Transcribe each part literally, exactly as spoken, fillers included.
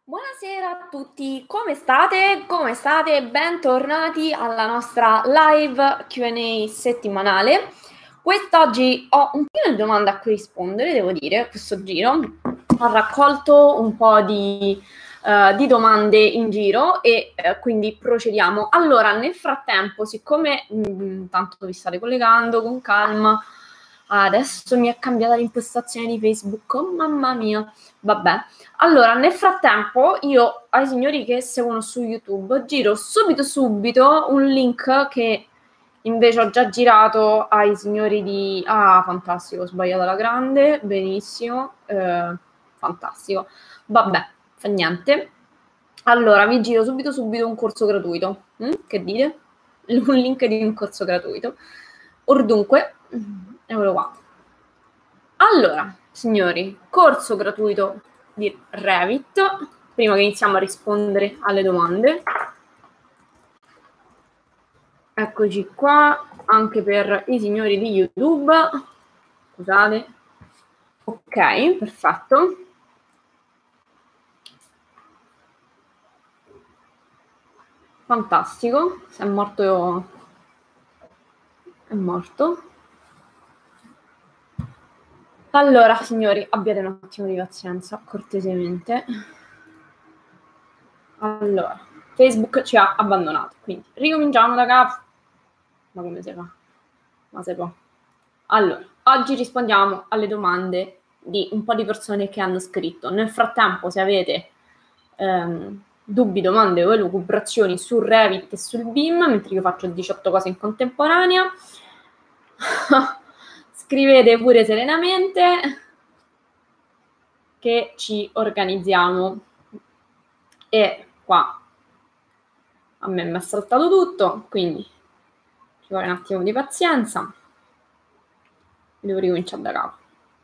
Buonasera a tutti, come state? Come state? Bentornati alla nostra live Q and A settimanale. Quest'oggi ho un po' di domande a cui rispondere, devo dire, questo giro. Ho raccolto un po' di, uh, di domande in giro e uh, quindi procediamo. Allora, nel frattempo, siccome mh, tanto vi state collegando con calma, adesso mi è cambiata l'impostazione di Facebook, oh mamma mia, vabbè. Allora, nel frattempo, io ai signori che seguono su YouTube giro subito subito un link che invece ho già girato ai signori di... Ah, fantastico, ho sbagliato la grande, benissimo, eh, fantastico. Vabbè, fa niente. Allora, vi giro subito subito un corso gratuito. Mm? Che dite? Un link di un corso gratuito. Or dunque, eccolo qua. Allora, signori, corso gratuito di Revit, prima che iniziamo a rispondere alle domande. Eccoci qua, anche per i signori di YouTube. Scusate. Ok, perfetto. Fantastico. Se è morto... È morto. Allora, signori, abbiate un attimo di pazienza, cortesemente. Allora, Facebook ci ha abbandonato, quindi ricominciamo da capo. Ma come si fa? Ma si può. Allora, oggi rispondiamo alle domande di un po' di persone che hanno scritto. Nel frattempo, se avete ehm, dubbi, domande o elucubrazioni su Revit e sul B I M, mentre io faccio diciotto cose in contemporanea, scrivete pure serenamente che ci organizziamo. E qua a me mi è saltato tutto, quindi ci vuole un attimo di pazienza. Devo ricominciare da capo.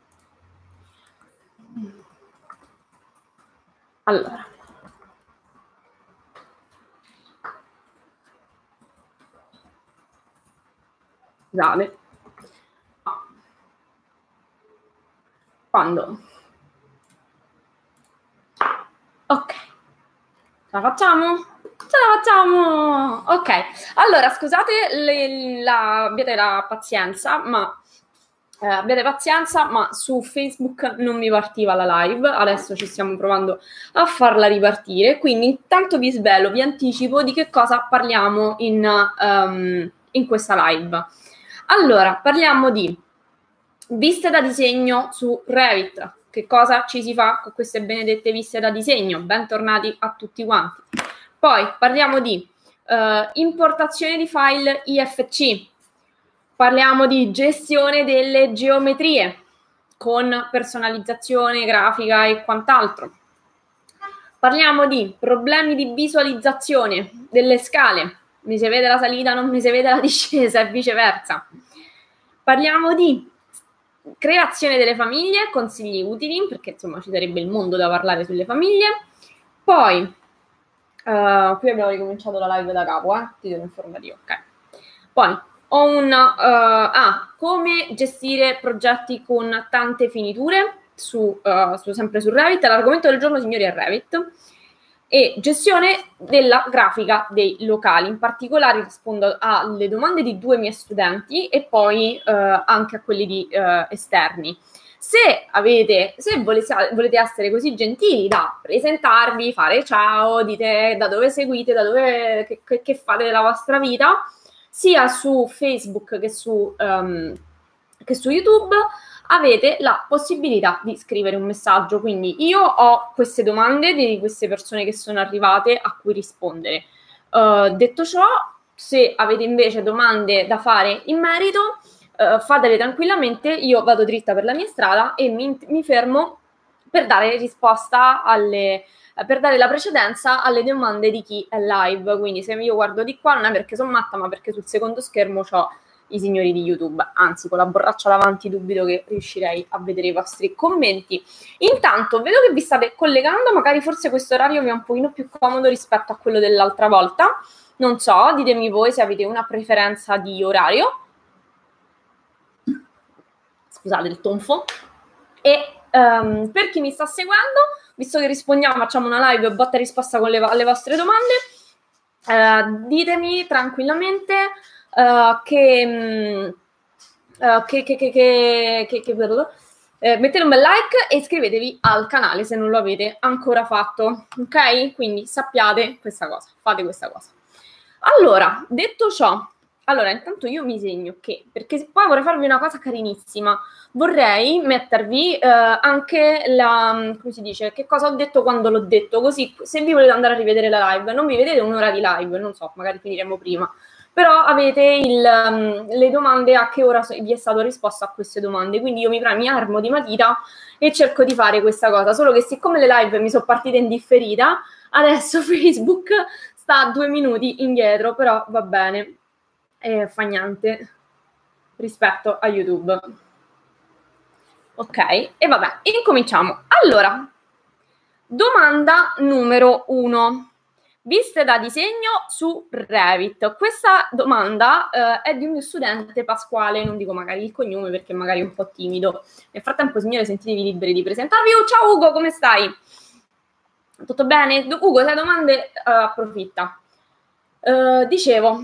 Allora. Scusate. Quando? Ok. Ce la facciamo? Ce la facciamo! Ok. Allora, scusate, le, la, abbiate la pazienza, ma... Eh, abbiate pazienza, ma su Facebook non mi partiva la live, adesso ci stiamo provando a farla ripartire, quindi intanto vi svelo, vi anticipo di che cosa parliamo in, um, in questa live. Allora, parliamo di viste da disegno su Revit. Che cosa ci si fa con queste benedette viste da disegno? Bentornati a tutti quanti. Poi parliamo di uh, importazione di file I F C. Parliamo di gestione delle geometrie con personalizzazione grafica e quant'altro. Parliamo di problemi di visualizzazione delle scale. Mi si vede la salita, non mi si vede la discesa e viceversa. Parliamo di creazione delle famiglie, consigli utili, perché insomma ci sarebbe il mondo da parlare sulle famiglie. Poi, uh, qui abbiamo ricominciato la live da capo, eh? Titolo informativo, ok. Poi, ho un... Uh, ah, come gestire progetti con tante finiture, su, uh, su, sempre su Revit. L'argomento del giorno, signori, è Revit. E gestione della grafica dei locali. In particolare rispondo alle domande di due miei studenti e poi uh, anche a quelli di uh, esterni. Se avete, se volete, volete essere così gentili da presentarvi, fare ciao, dite da dove seguite, da dove, che, che fate della vostra vita, sia su Facebook che su, um, che su YouTube, avete la possibilità di scrivere un messaggio. Quindi io ho queste domande di queste persone che sono arrivate a cui rispondere. Uh, detto ciò, se avete invece domande da fare in merito, uh, fatele tranquillamente, io vado dritta per la mia strada e mi, mi fermo per dare risposta alle... per dare la precedenza alle domande di chi è live. Quindi se io guardo di qua non è perché sono matta, ma perché sul secondo schermo ho i signori di YouTube. Anzi, con la borraccia davanti dubito che riuscirei a vedere i vostri commenti. Intanto vedo che vi state collegando, magari forse questo orario mi è un pochino più comodo rispetto a quello dell'altra volta. Non so, ditemi voi se avete una preferenza di orario. Scusate il tonfo. E um, per chi mi sta seguendo, visto che rispondiamo, facciamo una live botta e risposta con le, alle vostre domande. Uh, ditemi tranquillamente uh, che, um, uh, che, che, che, che, che, che uh, mettete un bel like e iscrivetevi al canale se non lo avete ancora fatto, ok? Quindi sappiate questa cosa, fate questa cosa. Allora, detto ciò, allora intanto io mi segno che, perché poi vorrei farvi una cosa carinissima, vorrei mettervi eh, anche la, come si dice, che cosa ho detto quando l'ho detto, così se vi volete andare a rivedere la live, non vi vedete un'ora di live, non so, magari finiremo prima, però avete il, um, le domande a che ora vi è stato risposto a queste domande, quindi io mi, mi armo di matita e cerco di fare questa cosa, solo che siccome le live mi sono partite in differita, adesso Facebook sta due minuti indietro, però va bene, e fa niente rispetto a YouTube. Ok, e vabbè, incominciamo. Allora, domanda numero uno. Viste da disegno su Revit. Questa domanda eh, è di un mio studente, Pasquale, non dico magari il cognome perché magari è un po' timido. Nel frattempo, signore, sentitevi liberi di presentarvi. Oh, ciao Ugo, come stai? Tutto bene? Ugo, se hai domande, uh, approfitta. Uh, dicevo,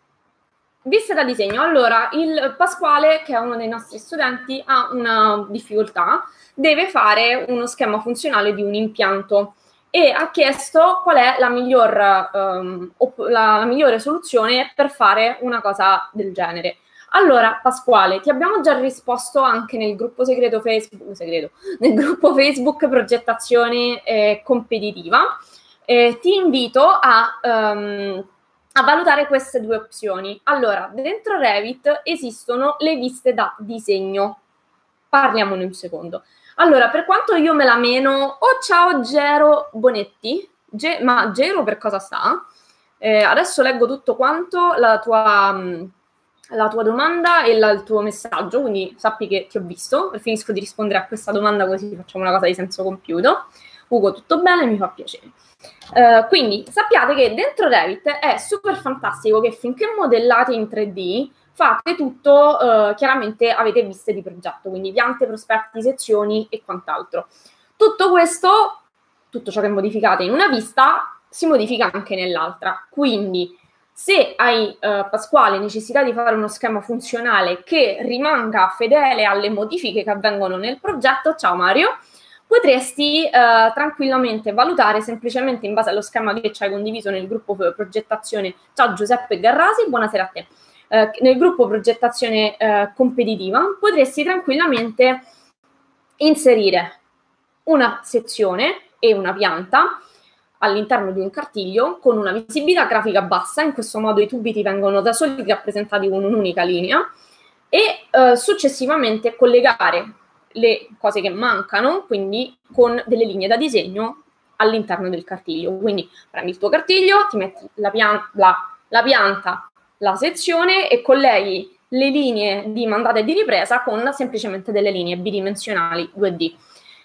viste da disegno, allora il Pasquale, che è uno dei nostri studenti, ha una difficoltà, deve fare uno schema funzionale di un impianto e ha chiesto qual è la miglior, um, op- la, la migliore soluzione per fare una cosa del genere. Allora, Pasquale, ti abbiamo già risposto anche nel gruppo segreto Facebook, segreto, nel gruppo Facebook Progettazione eh, Competitiva. Eh, ti invito a, um, a valutare queste due opzioni. Allora, dentro Revit esistono le viste da disegno. Parliamone un secondo. Allora, per quanto io me la meno... Oh, ciao Gero Bonetti. Ge- ma Gero per cosa sta? Eh, adesso leggo tutto quanto, la tua... Mh, la tua domanda e la, il tuo messaggio, quindi sappi che ti ho visto, finisco di rispondere a questa domanda così facciamo una cosa di senso compiuto. Ugo, tutto bene? Mi fa piacere. Uh, quindi sappiate che dentro Revit è super fantastico che finché modellate in tre D fate tutto, uh, chiaramente avete viste di progetto, quindi piante, prospetti, sezioni e quant'altro. Tutto questo, tutto ciò che modificate in una vista, si modifica anche nell'altra, quindi se hai, uh, Pasquale, necessità di fare uno schema funzionale che rimanga fedele alle modifiche che avvengono nel progetto, ciao Mario, potresti uh, tranquillamente valutare semplicemente in base allo schema che ci hai condiviso nel gruppo progettazione, ciao Giuseppe Garrasi, buonasera a te, uh, nel gruppo progettazione uh, competitiva, potresti tranquillamente inserire una sezione e una pianta all'interno di un cartiglio con una visibilità grafica bassa, in questo modo i tubi ti vengono da soli rappresentati con un'unica linea e eh, successivamente collegare le cose che mancano, quindi con delle linee da disegno all'interno del cartiglio. Quindi prendi il tuo cartiglio, ti metti la, pian- la, la pianta, la sezione e colleghi le linee di mandata e di ripresa con semplicemente delle linee bidimensionali due D.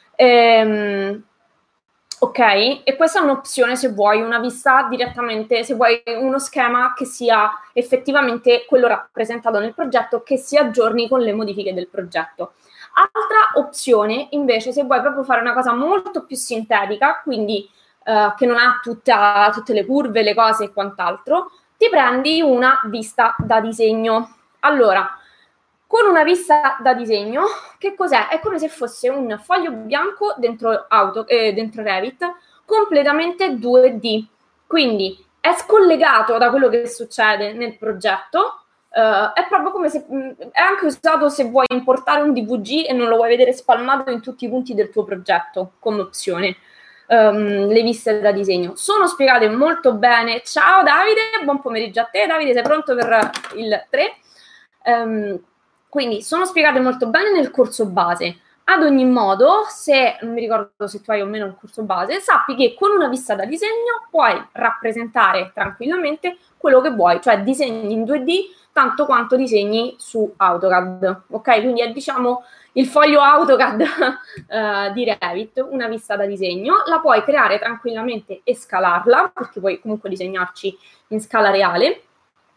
Ehm, Ok, e questa è un'opzione se vuoi una vista direttamente, se vuoi uno schema che sia effettivamente quello rappresentato nel progetto, che si aggiorni con le modifiche del progetto. Altra opzione, invece, se vuoi proprio fare una cosa molto più sintetica, quindi eh, che non ha tutta, tutte le curve, le cose e quant'altro, ti prendi una vista da disegno. Allora, con una vista da disegno, che cos'è? È come se fosse un foglio bianco dentro, auto, eh, dentro Revit, completamente due D. Quindi è scollegato da quello che succede nel progetto, eh, è proprio come se... Mh, è anche usato se vuoi importare un D V G e non lo vuoi vedere spalmato in tutti i punti del tuo progetto, come opzione. Um, le viste da disegno. Sono spiegate molto bene. Ciao Davide, buon pomeriggio a te. Davide, sei pronto per il tre? Um, Quindi sono spiegate molto bene nel corso base. Ad ogni modo, se non mi ricordo se tu hai o meno un corso base, sappi che con una vista da disegno puoi rappresentare tranquillamente quello che vuoi, cioè disegni in due D tanto quanto disegni su AutoCAD. Ok? Quindi è diciamo il foglio AutoCAD uh, di Revit, una vista da disegno. La puoi creare tranquillamente e scalarla, perché puoi comunque disegnarci in scala reale.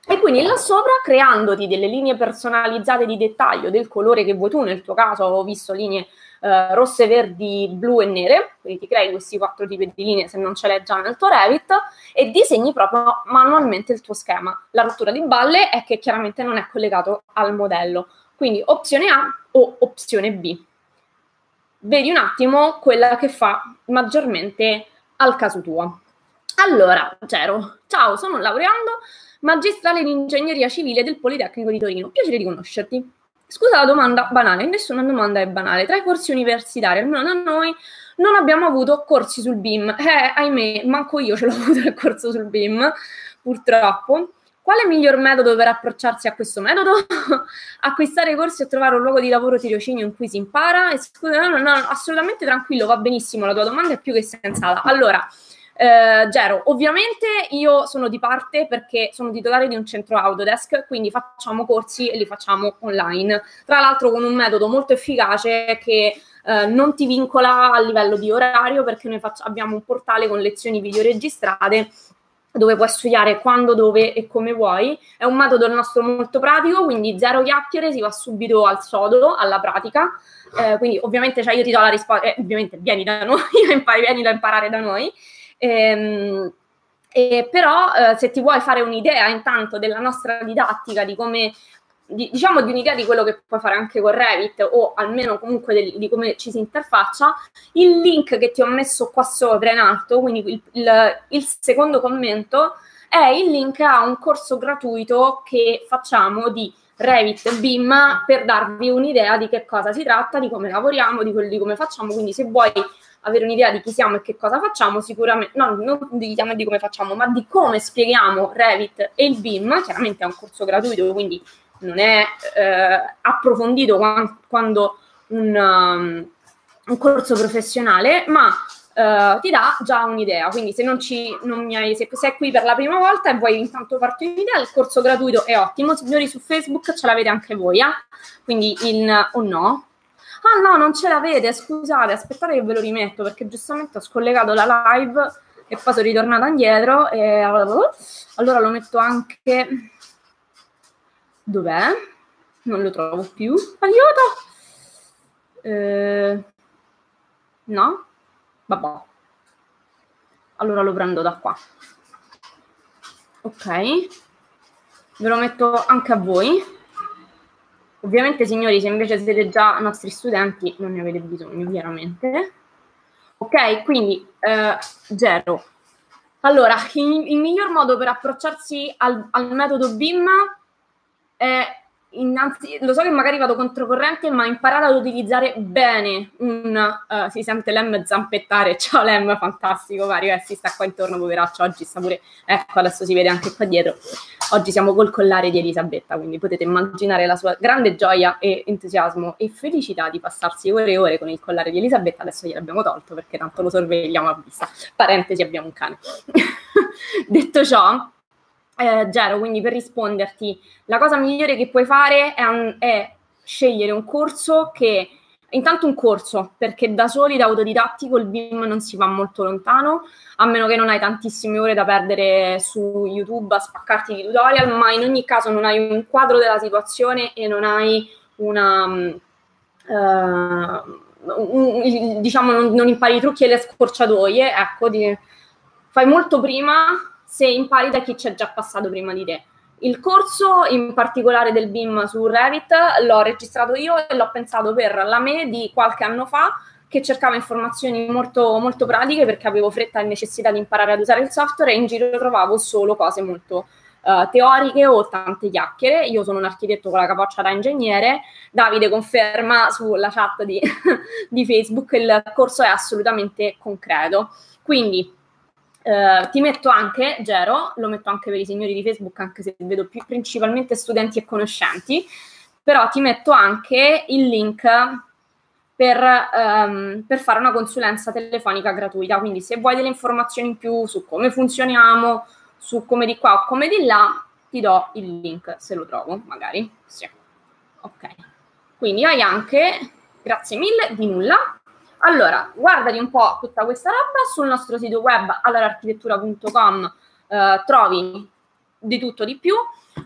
E quindi là sopra, creandoti delle linee personalizzate di dettaglio del colore che vuoi tu, nel tuo caso ho visto linee eh, rosse, verdi, blu e nere, quindi ti crei questi quattro tipi di linee se non ce l'hai già nel tuo Revit, e disegni proprio manualmente il tuo schema. La rottura di balle è che chiaramente non è collegato al modello, quindi opzione A o opzione B. Vedi un attimo quella che fa maggiormente al caso tuo. Allora, Gero, ciao, sono un laureando magistrale in ingegneria civile del Politecnico di Torino. Piacere di conoscerti. Scusa la domanda banale, nessuna domanda è banale. Tra i corsi universitari, almeno da noi, non abbiamo avuto corsi sul B I M. Eh, ahimè, manco io ce l'ho avuto il corso sul B I M, purtroppo. Quale miglior metodo per approcciarsi a questo metodo? Acquistare corsi e trovare un luogo di lavoro tirocinio in cui si impara? E scusa, no, no, no, assolutamente tranquillo, va benissimo, la tua domanda è più che sensata. Allora, eh, Gero, ovviamente io sono di parte perché sono titolare di un centro Autodesk, quindi facciamo corsi e li facciamo online. Tra l'altro con un metodo molto efficace che eh, non ti vincola a livello di orario, perché noi faccio, abbiamo un portale con lezioni video registrate dove puoi studiare quando, dove e come vuoi. È un metodo il nostro molto pratico, quindi zero chiacchiere, si va subito al sodo, alla pratica. Eh, quindi ovviamente, cioè, io ti do la risposta, eh, ovviamente vieni da noi, vieni da imparare da noi. Ehm, e però eh, se ti vuoi fare un'idea intanto della nostra didattica, di come, di, diciamo di un'idea di quello che puoi fare anche con Revit, o almeno comunque del, di come ci si interfaccia, il link che ti ho messo qua sopra in alto, quindi il, il, il secondo commento, è il link a un corso gratuito che facciamo di Revit B I M per darvi un'idea di che cosa si tratta, di come lavoriamo, di, quello, di come facciamo. Quindi se vuoi avere un'idea di chi siamo e che cosa facciamo, sicuramente, no, non di chi siamo e di come facciamo, ma di come spieghiamo Revit e il B I M. Chiaramente è un corso gratuito, quindi non è eh, approfondito quando un, um, un corso professionale, ma uh, ti dà già un'idea. Quindi se non ci non mi hai, se sei qui per la prima volta e vuoi intanto farti un'idea, il corso gratuito è ottimo. Signori, su Facebook ce l'avete anche voi, eh? Quindi in o oh no? Ah no, non ce l'avete, scusate, aspettate che ve lo rimetto, perché giustamente ho scollegato la live e poi sono ritornata indietro e allora lo metto anche. Dov'è? Non lo trovo più. Aiuto! Eh, no? Vabbè. Allora lo prendo da qua. Ok. Ve lo metto anche a voi. Ovviamente, signori, se invece siete già nostri studenti, non ne avete bisogno, chiaramente. Ok, quindi, eh, Gero. Allora, il, il miglior modo per approcciarsi al, al metodo B I M è, innanzi, lo so che magari vado controcorrente, ma imparare ad utilizzare bene un, uh, si sente Lem zampettare, ciao Lem, fantastico, Mario, eh, si sta qua intorno, poveraccio, oggi sta pure, ecco, adesso si vede anche qua dietro, oggi siamo col collare di Elisabetta, quindi potete immaginare la sua grande gioia e entusiasmo e felicità di passarsi ore e ore con il collare di Elisabetta. Adesso gliel'abbiamo tolto perché tanto lo sorvegliamo a vista, parentesi, abbiamo un cane. Detto ciò, Eh, Gero, quindi per risponderti, la cosa migliore che puoi fare è, un, è scegliere un corso che, intanto un corso, perché da soli, da autodidattico, il B I M non si va molto lontano, a meno che non hai tantissime ore da perdere su YouTube a spaccarti di tutorial, ma in ogni caso non hai un quadro della situazione e non hai una, uh, un, diciamo, non, non impari i trucchi e le scorciatoie, ecco, di, fai molto prima se impari da chi c'è già passato prima di te. Il corso, in particolare del B I M su Revit, l'ho registrato io e l'ho pensato per la me di qualche anno fa, che cercava informazioni molto, molto pratiche perché avevo fretta e necessità di imparare ad usare il software, e in giro trovavo solo cose molto uh, teoriche o tante chiacchiere. Io sono un architetto con la capoccia da ingegnere, Davide conferma sulla chat di, di Facebook, il corso è assolutamente concreto. Quindi Uh, ti metto anche, Gero, lo metto anche per i signori di Facebook, anche se vedo più principalmente studenti e conoscenti, però ti metto anche il link per, um, per fare una consulenza telefonica gratuita. Quindi se vuoi delle informazioni in più su come funzioniamo, su come di qua o come di là, ti do il link, se lo trovo, magari. Sì. Ok. Quindi hai anche, grazie mille, di nulla. Allora, guardati un po' tutta questa roba sul nostro sito web allora architettura punto com, eh, trovi di tutto di più.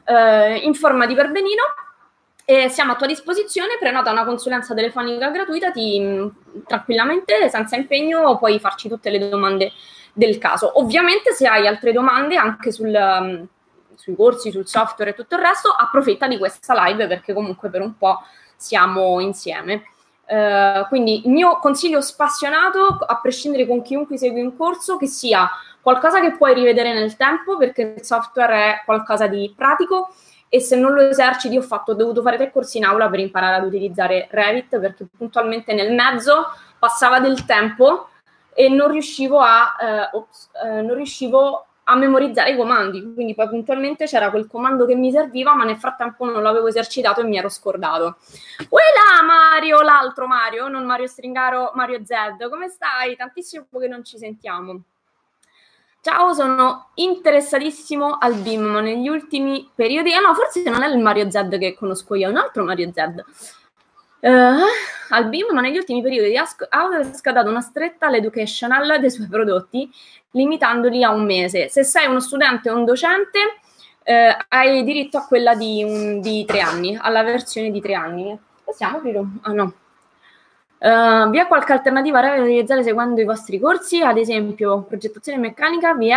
eh, in forma di perbenino. E siamo a tua disposizione, prenota una consulenza telefonica gratuita, ti, tranquillamente, senza impegno, puoi farci tutte le domande del caso. Ovviamente se hai altre domande anche sul, um, sui corsi, sul software e tutto il resto, approfitta di questa live perché comunque per un po' siamo insieme. Uh, quindi il mio consiglio spassionato, a prescindere con chiunque segui un corso, che sia qualcosa che puoi rivedere nel tempo perché il software è qualcosa di pratico, e se non lo eserciti, ho, fatto, ho dovuto fare tre corsi in aula per imparare ad utilizzare Revit, perché puntualmente nel mezzo passava del tempo e non riuscivo a, eh, ops, eh, non riuscivo a memorizzare i comandi, quindi poi puntualmente c'era quel comando che mi serviva, ma nel frattempo non l'avevo esercitato e mi ero scordato. Uela Mario, l'altro Mario, non Mario Stringaro, Mario Z, come stai? Tantissimo che non ci sentiamo. Ciao, sono interessatissimo al B I M, ma negli ultimi periodi... Ah no, forse non è il Mario Z che conosco io, è un altro Mario Z. Uh, al B I M, ma negli ultimi periodi Autodesk ha dato una stretta all'educational dei suoi prodotti, limitandoli a un mese. Se sei uno studente o un docente, eh, hai diritto a quella di, un, di tre anni, alla versione di tre anni. Possiamo aprire un... Ah no. Uh, vi è qualche alternativa da utilizzare seguendo i vostri corsi? Ad esempio, progettazione meccanica, vi è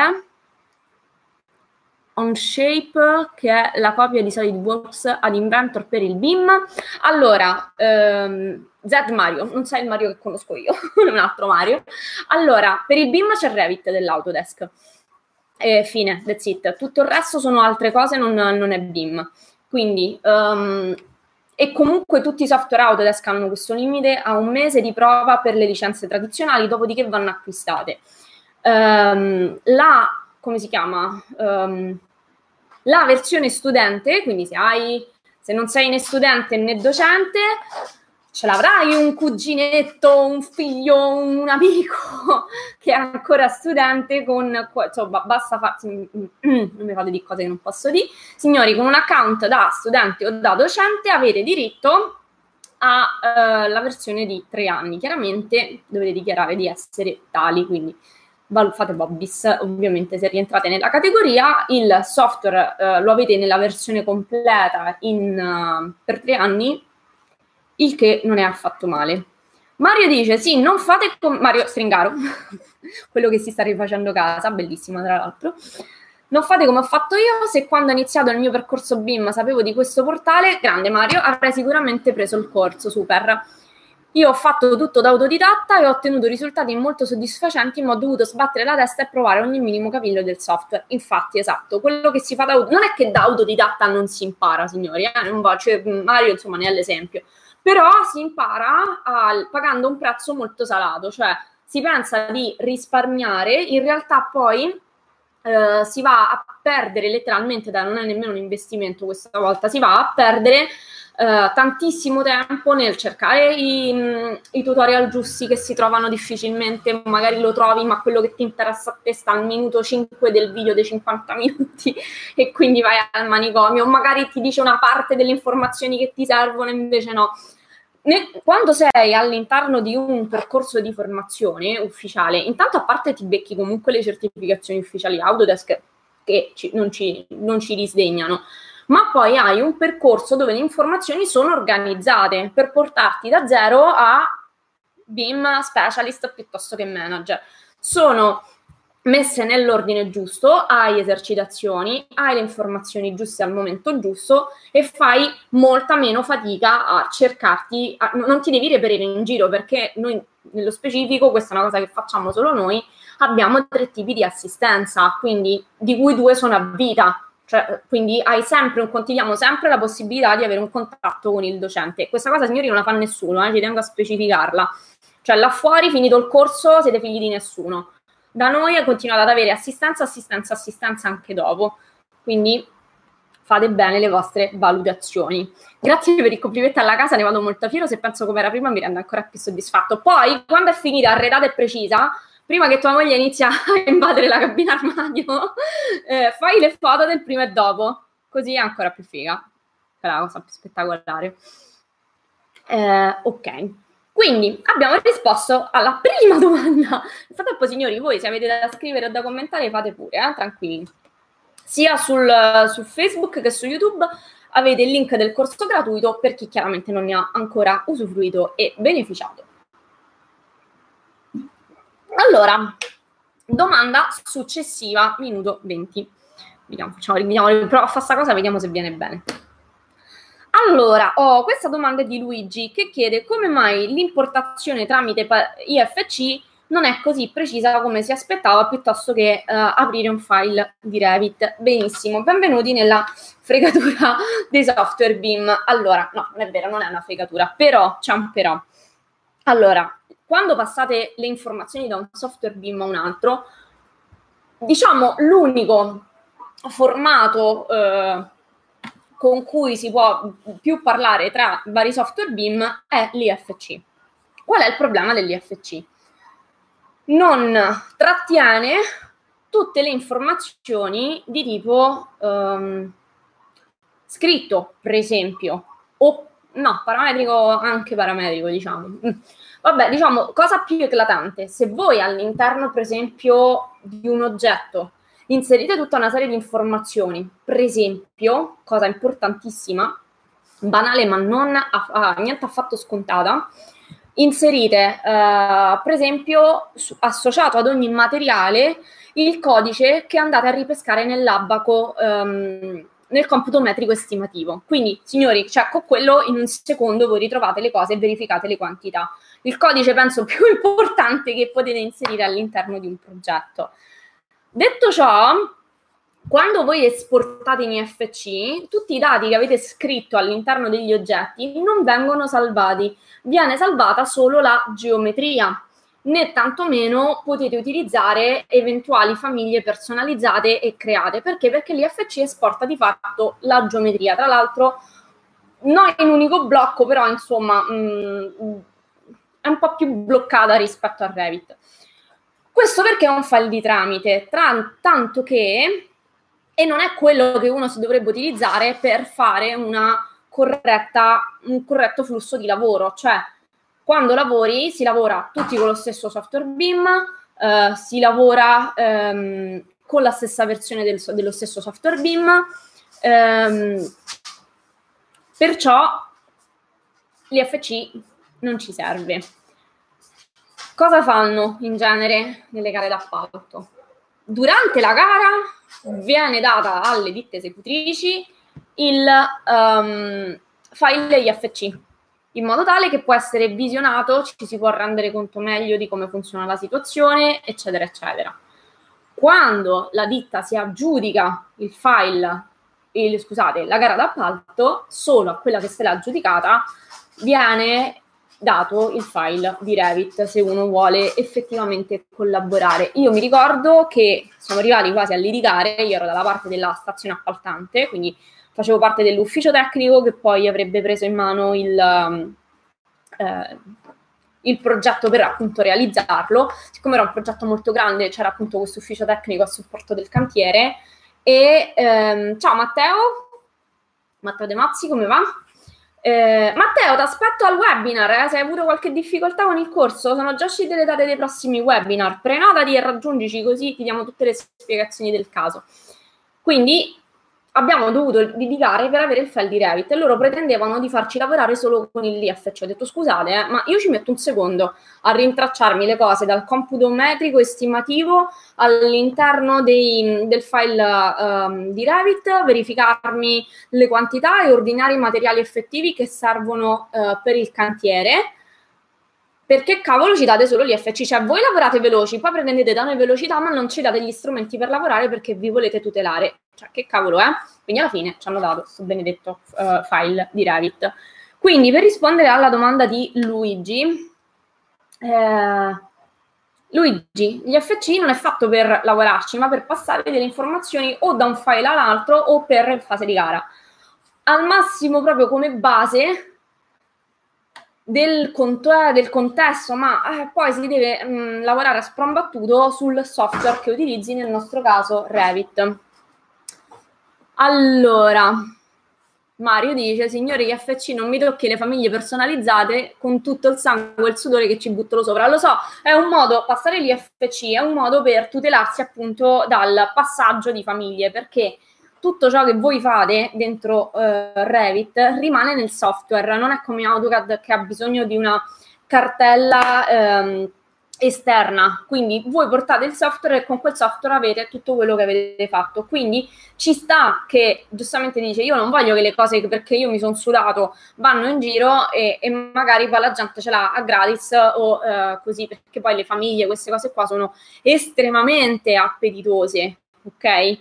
Onshape, che è la copia di SolidWorks ad Inventor per il B I M. Allora, um, Z Mario, non sai il Mario che conosco io, un altro Mario. Allora, per il B I M c'è Revit dell'Autodesk. E fine, that's it. Tutto il resto sono altre cose, non, non è B I M. Quindi... Um, e comunque tutti i software Autodesk hanno questo limite a un mese di prova per le licenze tradizionali, dopodiché vanno acquistate. Um, la, come si chiama? Um, la versione studente, quindi se hai, se non sei né studente né docente, ce l'avrai un cuginetto, un figlio, un amico che è ancora studente con, insomma, basta farsi, non mi fate di cose che non posso dire. Signori, con un account da studente o da docente avete diritto alla uh, versione di tre anni. Chiaramente dovete dichiarare di essere tali, quindi fate Bobbis, ovviamente se rientrate nella categoria. Il software uh, lo avete nella versione completa in, uh, per tre anni, il che non è affatto male. Mario dice, sì, non fate come... Mario Stringaro, quello che si sta rifacendo casa, bellissima tra l'altro. Non fate come ho fatto io, se quando ho iniziato il mio percorso B I M sapevo di questo portale, grande Mario, avrei sicuramente preso il corso, super. Io ho fatto tutto da autodidatta e ho ottenuto risultati molto soddisfacenti, ma ho dovuto sbattere la testa e provare ogni minimo cavillo del software. Infatti, esatto, quello che si fa da non è che da autodidatta non si impara, signori, eh? Non va, cioè, Mario insomma ne è l'esempio. Però si impara al, pagando un prezzo molto salato, cioè si pensa di risparmiare, in realtà poi eh, si va a perdere letteralmente, da, non è nemmeno un investimento questa volta, si va a perdere eh, tantissimo tempo nel cercare i, i tutorial giusti che si trovano difficilmente, magari lo trovi ma quello che ti interessa a te sta al minuto cinque del video dei cinquanta minuti e quindi vai al manicomio, magari ti dice una parte delle informazioni che ti servono invece no. Quando sei all'interno di un percorso di formazione ufficiale, intanto a parte ti becchi comunque le certificazioni ufficiali Autodesk che ci, non, ci, non ci disdegnano, ma poi hai un percorso dove le informazioni sono organizzate per portarti da zero a B I M specialist piuttosto che manager. Sono messe nell'ordine giusto, hai esercitazioni, hai le informazioni giuste al momento giusto e fai molta meno fatica a cercarti, a, non ti devi reperire in giro, perché noi nello specifico, questa è una cosa che facciamo solo noi, abbiamo tre tipi di assistenza, quindi di cui due sono a vita, cioè, quindi hai sempre un, contigliamo sempre la possibilità di avere un contatto con il docente. Questa cosa, signori, non la fa nessuno, eh, ci tengo a specificarla, cioè là fuori, finito il corso, siete figli di nessuno. Da noi continuate ad avere assistenza, assistenza, assistenza anche dopo, quindi fate bene le vostre valutazioni. Grazie per il complimento alla casa, ne vado molto fiero, se penso come era prima mi rende ancora più soddisfatto. Poi, quando è finita, arredata e precisa, prima che tua moglie inizia a invadere la cabina armadio, eh, fai le foto del prima e dopo, così è ancora più figa, è la cosa più spettacolare. Eh, ok. Quindi abbiamo risposto alla prima domanda. Nel frattempo, signori, voi se avete da scrivere o da commentare fate pure, eh? Tranquilli. sia sul, su Facebook che su YouTube avete il link del corso gratuito per chi chiaramente non ne ha ancora usufruito e beneficiato. Allora, domanda successiva, minuto venti. Vediamo, facciamo, vediamo, provo a fare questa cosa, vediamo se viene bene. Allora, ho oh, questa domanda di Luigi che chiede come mai l'importazione tramite I F C non è così precisa come si aspettava piuttosto che uh, aprire un file di Revit. Benissimo, benvenuti nella fregatura dei software B I M. Allora, no, non è vero, non è una fregatura, però, c'è un però. Allora, quando passate le informazioni da un software B I M a un altro, diciamo l'unico formato eh, con cui si può più parlare tra vari software B I M è l'I F C. Qual è il problema dell'I F C? Non trattiene tutte le informazioni di tipo um, scritto, per esempio, o no, parametrico, anche parametrico, diciamo. Vabbè, diciamo, cosa più eclatante, se voi all'interno, per esempio, di un oggetto inserite tutta una serie di informazioni, per esempio, cosa importantissima, banale ma non a, a, niente affatto scontata, inserite, eh, per esempio, su, associato ad ogni materiale, il codice che andate a ripescare nell'abaco, ehm, nel computo metrico estimativo. Quindi, signori, cioè, con quello in un secondo voi ritrovate le cose e verificate le quantità. Il codice, penso, più importante che potete inserire all'interno di un progetto. Detto ciò, quando voi esportate in I F C, tutti i dati che avete scritto all'interno degli oggetti non vengono salvati. Viene salvata solo la geometria, né tantomeno potete utilizzare eventuali famiglie personalizzate e create. Perché? Perché l'I F C esporta di fatto la geometria. Tra l'altro, non in un unico blocco, però insomma mh, è un po' più bloccata rispetto a Revit. Questo perché è un file di tramite, tra, tanto che, e non è quello che uno si dovrebbe utilizzare per fare una corretta, un corretto flusso di lavoro. Cioè, quando lavori, si lavora tutti con lo stesso software B I M, eh, si lavora ehm, con la stessa versione del, dello stesso software B I M, ehm, perciò l'I F C non ci serve. Cosa fanno in genere nelle gare d'appalto? Durante la gara viene data alle ditte esecutrici il um, file I F C, in modo tale che può essere visionato, ci si può rendere conto meglio di come funziona la situazione, eccetera, eccetera. Quando la ditta si aggiudica il file, il, scusate, la gara d'appalto, solo a quella che se l'ha aggiudicata viene dato il file di Revit se uno vuole effettivamente collaborare. Io mi ricordo che siamo arrivati quasi a litigare, io ero dalla parte della stazione appaltante, quindi facevo parte dell'ufficio tecnico che poi avrebbe preso in mano il, eh, il progetto per appunto realizzarlo. Siccome era un progetto molto grande, c'era appunto questo ufficio tecnico a supporto del cantiere e ehm, ciao Matteo, Matteo De Mazzi, come va? Eh, Matteo, ti aspetto al webinar, eh? Se hai avuto qualche difficoltà con il corso, sono già uscite le date dei prossimi webinar, prenotati e raggiungici così ti diamo tutte le spiegazioni del caso. Quindi abbiamo dovuto litigare per avere il file di Revit e loro pretendevano di farci lavorare solo con il I F C. Ho detto scusate, eh, ma io ci metto un secondo a rintracciarmi le cose dal computo metrico estimativo all'interno del file um, di Revit, verificarmi le quantità e ordinare i materiali effettivi che servono uh, per il cantiere. Perché cavolo ci date solo l'I F C? Cioè voi lavorate veloci, poi pretendete da noi velocità, ma non ci date gli strumenti per lavorare perché vi volete tutelare. Cioè che cavolo, eh? Quindi alla fine ci hanno dato questo benedetto uh, file di Revit. Quindi per rispondere alla domanda di Luigi, eh, Luigi, l'I F C non è fatto per lavorarci, ma per passare delle informazioni o da un file all'altro o per fase di gara. Al massimo proprio come base Del, cont- del contesto, ma eh, poi si deve mh, lavorare a sprombattuto sul software che utilizzi, nel nostro caso Revit. Allora, Mario dice, signore I F C, non mi tocchi le famiglie personalizzate con tutto il sangue e il sudore che ci buttano sopra. Lo so, è un modo, passare l'I F C è un modo per tutelarsi appunto dal passaggio di famiglie, perché tutto ciò che voi fate dentro uh, Revit rimane nel software, non è come AutoCAD che ha bisogno di una cartella um, esterna, quindi voi portate il software e con quel software avete tutto quello che avete fatto, quindi ci sta che giustamente dice io non voglio che le cose perché io mi sono sudato vanno in giro e, e magari poi la gente ce l'ha a gratis o uh, così, perché poi le famiglie, queste cose qua sono estremamente appetitose, ok?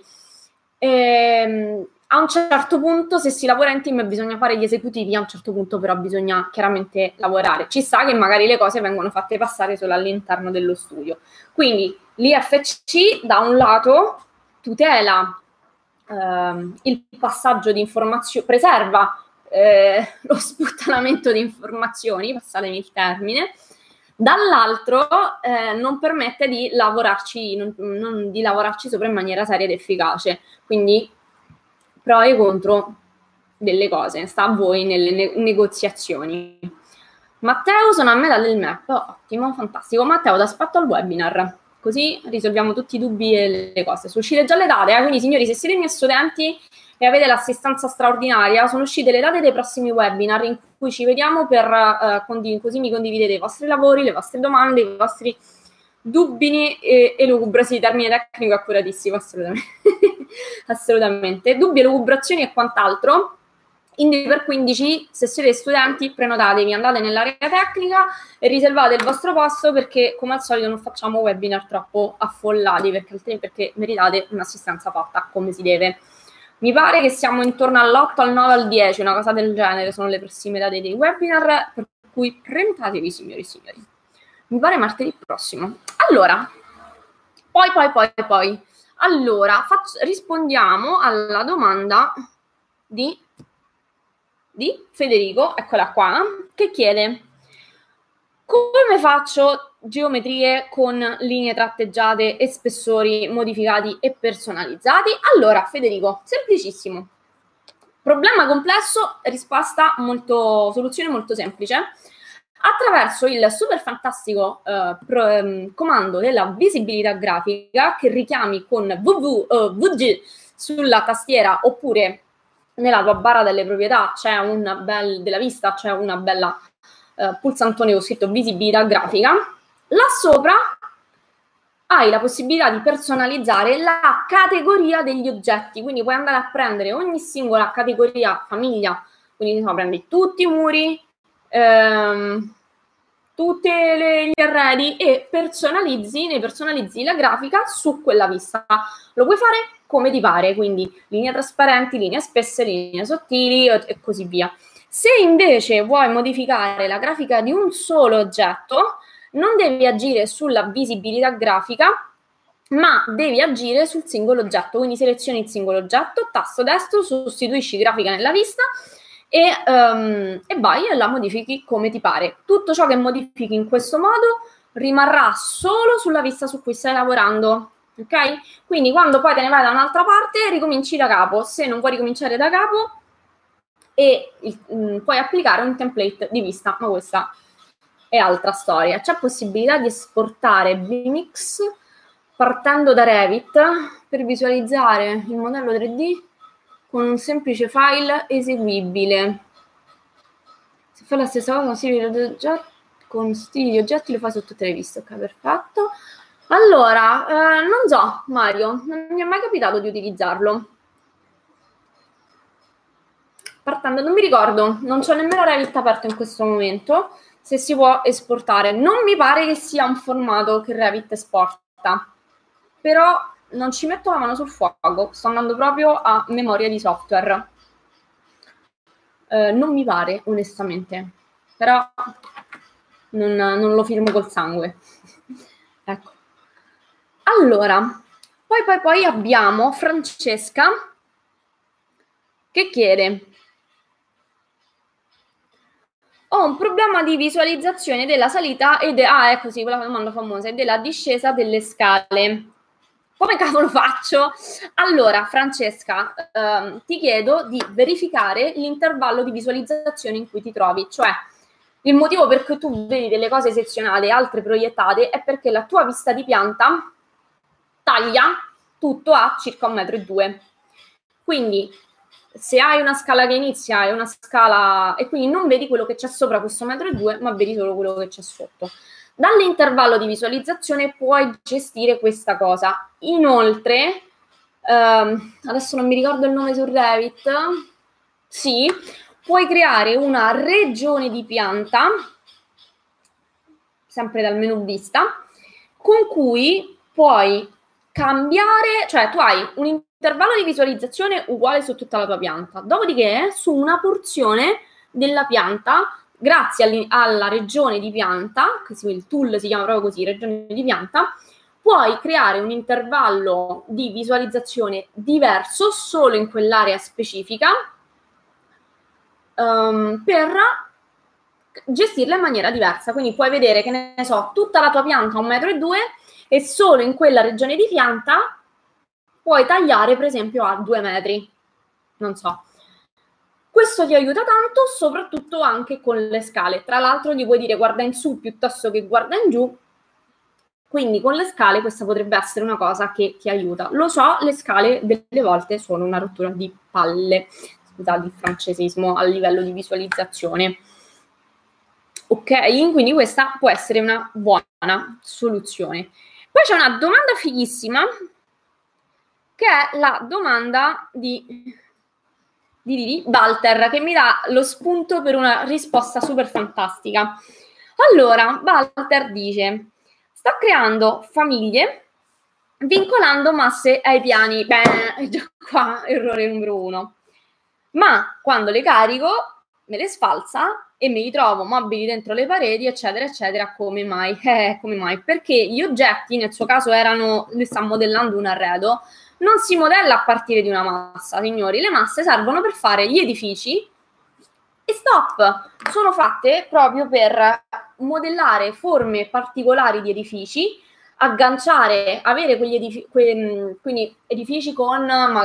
Ehm, a un certo punto, se si lavora in team bisogna fare gli esecutivi, a un certo punto però bisogna chiaramente lavorare. Ci sta che magari le cose vengono fatte passare solo all'interno dello studio. Quindi l'I F C da un lato tutela ehm, il passaggio di informazioni, preserva eh, lo sputtanamento di informazioni, passatemi il termine, dall'altro eh, non permette di lavorarci, non, non di lavorarci sopra in maniera seria ed efficace. Quindi pro e contro delle cose, sta a voi nelle ne- negoziazioni. Matteo, sono a metà del map, ottimo, fantastico. Matteo, ti aspetto al webinar, così risolviamo tutti i dubbi e le cose. Sono uscite già le date, eh? Quindi signori, se siete miei studenti e avete l'assistenza straordinaria, sono uscite le date dei prossimi webinar in cui ci vediamo per uh, condiv- così mi condividete i vostri lavori, le vostre domande, i vostri dubbi e, e lugubrazioni, termine tecnico accuratissimo, assolutamente. Assolutamente. Dubbi, lucubrazioni e quant'altro. Indie per quindici, se siete studenti prenotatevi, andate nell'area tecnica e riservate il vostro posto, perché come al solito non facciamo webinar troppo affollati, perché altrimenti perché meritate un'assistenza fatta come si deve. Mi pare che siamo intorno all'otto, al nove, al dieci, una cosa del genere, sono le prossime date dei webinar, per cui prenotatevi signori e signori. Mi pare martedì prossimo. Allora, poi, poi, poi, poi. Allora, faccio, rispondiamo alla domanda di, di Federico, eccola qua, che chiede: come faccio geometrie con linee tratteggiate e spessori modificati e personalizzati? Allora, Federico, semplicissimo. Problema complesso, risposta molto, soluzione molto semplice. Attraverso il super fantastico uh, pro, um, comando della visibilità grafica che richiami con www, uh, V G sulla tastiera, oppure nella tua barra delle proprietà c'è una bella della vista, c'è una bella uh, pulsantone con scritto visibilità grafica. Là sopra hai la possibilità di personalizzare la categoria degli oggetti, quindi puoi andare a prendere ogni singola categoria famiglia, quindi no, prendi tutti i muri, ehm, tutti gli arredi e personalizzi, ne personalizzi la grafica su quella vista. Lo puoi fare come ti pare, quindi linee trasparenti, linee spesse, linee sottili e così via. Se invece vuoi modificare la grafica di un solo oggetto, non devi agire sulla visibilità grafica, ma devi agire sul singolo oggetto. Quindi selezioni il singolo oggetto, tasto destro, sostituisci grafica nella vista e, um, e vai e la modifichi come ti pare. Tutto ciò che modifichi in questo modo rimarrà solo sulla vista su cui stai lavorando, ok? Quindi quando poi te ne vai da un'altra parte ricominci da capo. Se non vuoi ricominciare da capo e il, mh, puoi applicare un template di vista, ma questa è altra storia. C'è possibilità di esportare B M X partendo da Revit per visualizzare il modello tre D con un semplice file eseguibile. Se fai la stessa cosa con stili di oggetti, con stili di oggetti lo fai su tutte le viste. Ok, perfetto. Allora, eh, non so, Mario, non mi è mai capitato di utilizzarlo. Partendo, non mi ricordo, non c'ho nemmeno Revit aperto in questo momento, se si può esportare. Non mi pare che sia un formato che Revit esporta, però non ci metto la mano sul fuoco, sto andando proprio a memoria di software. Eh, non mi pare, onestamente, però non, non lo firmo col sangue. Ecco. Allora, poi poi poi abbiamo Francesca che chiede: ho un problema di visualizzazione della salita e de- ah, ecco sì, quella domanda famosa, e della discesa delle scale. come cavolo faccio? Allora, Francesca, ehm, ti chiedo di verificare l'intervallo di visualizzazione in cui ti trovi, cioè il motivo per cui tu vedi delle cose sezionate e altre proiettate è perché la tua vista di pianta taglia tutto a circa un metro e due. Quindi se hai una scala che inizia e una scala e quindi non vedi quello che c'è sopra questo metro e due, ma vedi solo quello che c'è sotto. Dall'intervallo di visualizzazione puoi gestire questa cosa. Inoltre, ehm, adesso non mi ricordo il nome su Revit, sì, puoi creare una regione di pianta, sempre dal menu vista, con cui puoi cambiare, cioè tu hai un intervallo di visualizzazione uguale su tutta la tua pianta, dopodiché su una porzione della pianta, grazie alla regione di pianta, che il tool si chiama proprio così, regione di pianta, puoi creare un intervallo di visualizzazione diverso solo in quell'area specifica um, per gestirla in maniera diversa. Quindi puoi vedere, che ne so, tutta la tua pianta a un metro e due e solo in quella regione di pianta puoi tagliare per esempio a due metri, non so. Questo ti aiuta tanto, soprattutto anche con le scale. Tra l'altro gli puoi dire guarda in su piuttosto che guarda in giù, quindi con le scale questa potrebbe essere una cosa che ti aiuta. Lo so, le scale delle volte sono una rottura di palle, scusate il francesismo, a livello di visualizzazione. Ok, quindi questa può essere una buona soluzione. Poi c'è una domanda fighissima, che è la domanda di, di, di Walter, che mi dà lo spunto per una risposta super fantastica. Allora, Walter dice, sto creando famiglie vincolando masse ai piani. Beh, già qua, errore numero uno. Ma quando le carico, me le sfalza e mi ritrovo mobili dentro le pareti, eccetera, eccetera. Come mai? Eh, come mai? Perché gli oggetti, nel suo caso erano, lui sta modellando un arredo, non si modella a partire di una massa, signori. Le masse servono per fare gli edifici e stop. Sono fatte proprio per modellare forme particolari di edifici, agganciare, avere quegli edifici, que, quindi edifici con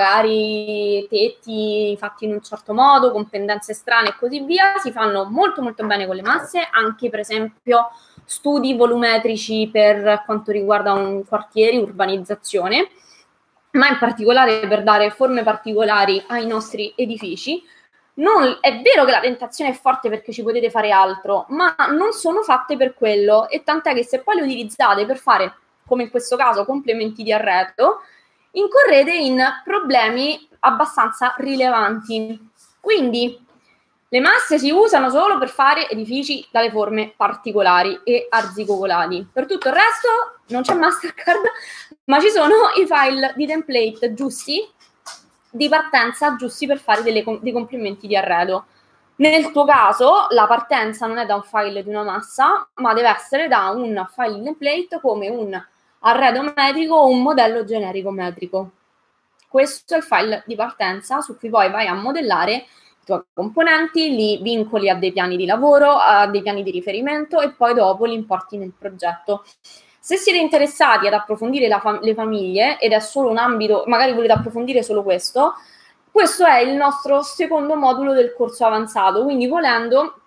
magari tetti fatti in un certo modo, con pendenze strane e così via, si fanno molto molto bene con le masse, anche per esempio studi volumetrici per quanto riguarda un quartiere, urbanizzazione, ma in particolare per dare forme particolari ai nostri edifici. Non, è vero che la tentazione è forte perché ci potete fare altro, ma non sono fatte per quello, e tant'è che se poi le utilizzate per fare, come in questo caso, complementi di arredo, incorrete in problemi abbastanza rilevanti. Quindi le masse si usano solo per fare edifici dalle forme particolari e arzigogolati. Per tutto il resto non c'è Mastercard, ma ci sono i file di template giusti di partenza giusti per fare delle, dei complementi di arredo. Nel tuo caso la partenza non è da un file di una massa, ma deve essere da un file template come un arredo metrico o un modello generico metrico. Questo è il file di partenza su cui poi vai a modellare i tuoi componenti, li vincoli a dei piani di lavoro, a dei piani di riferimento e poi dopo li importi nel progetto. Se siete interessati ad approfondire la fam- le famiglie ed è solo un ambito, magari volete approfondire solo questo, questo è il nostro secondo modulo del corso avanzato, quindi volendo,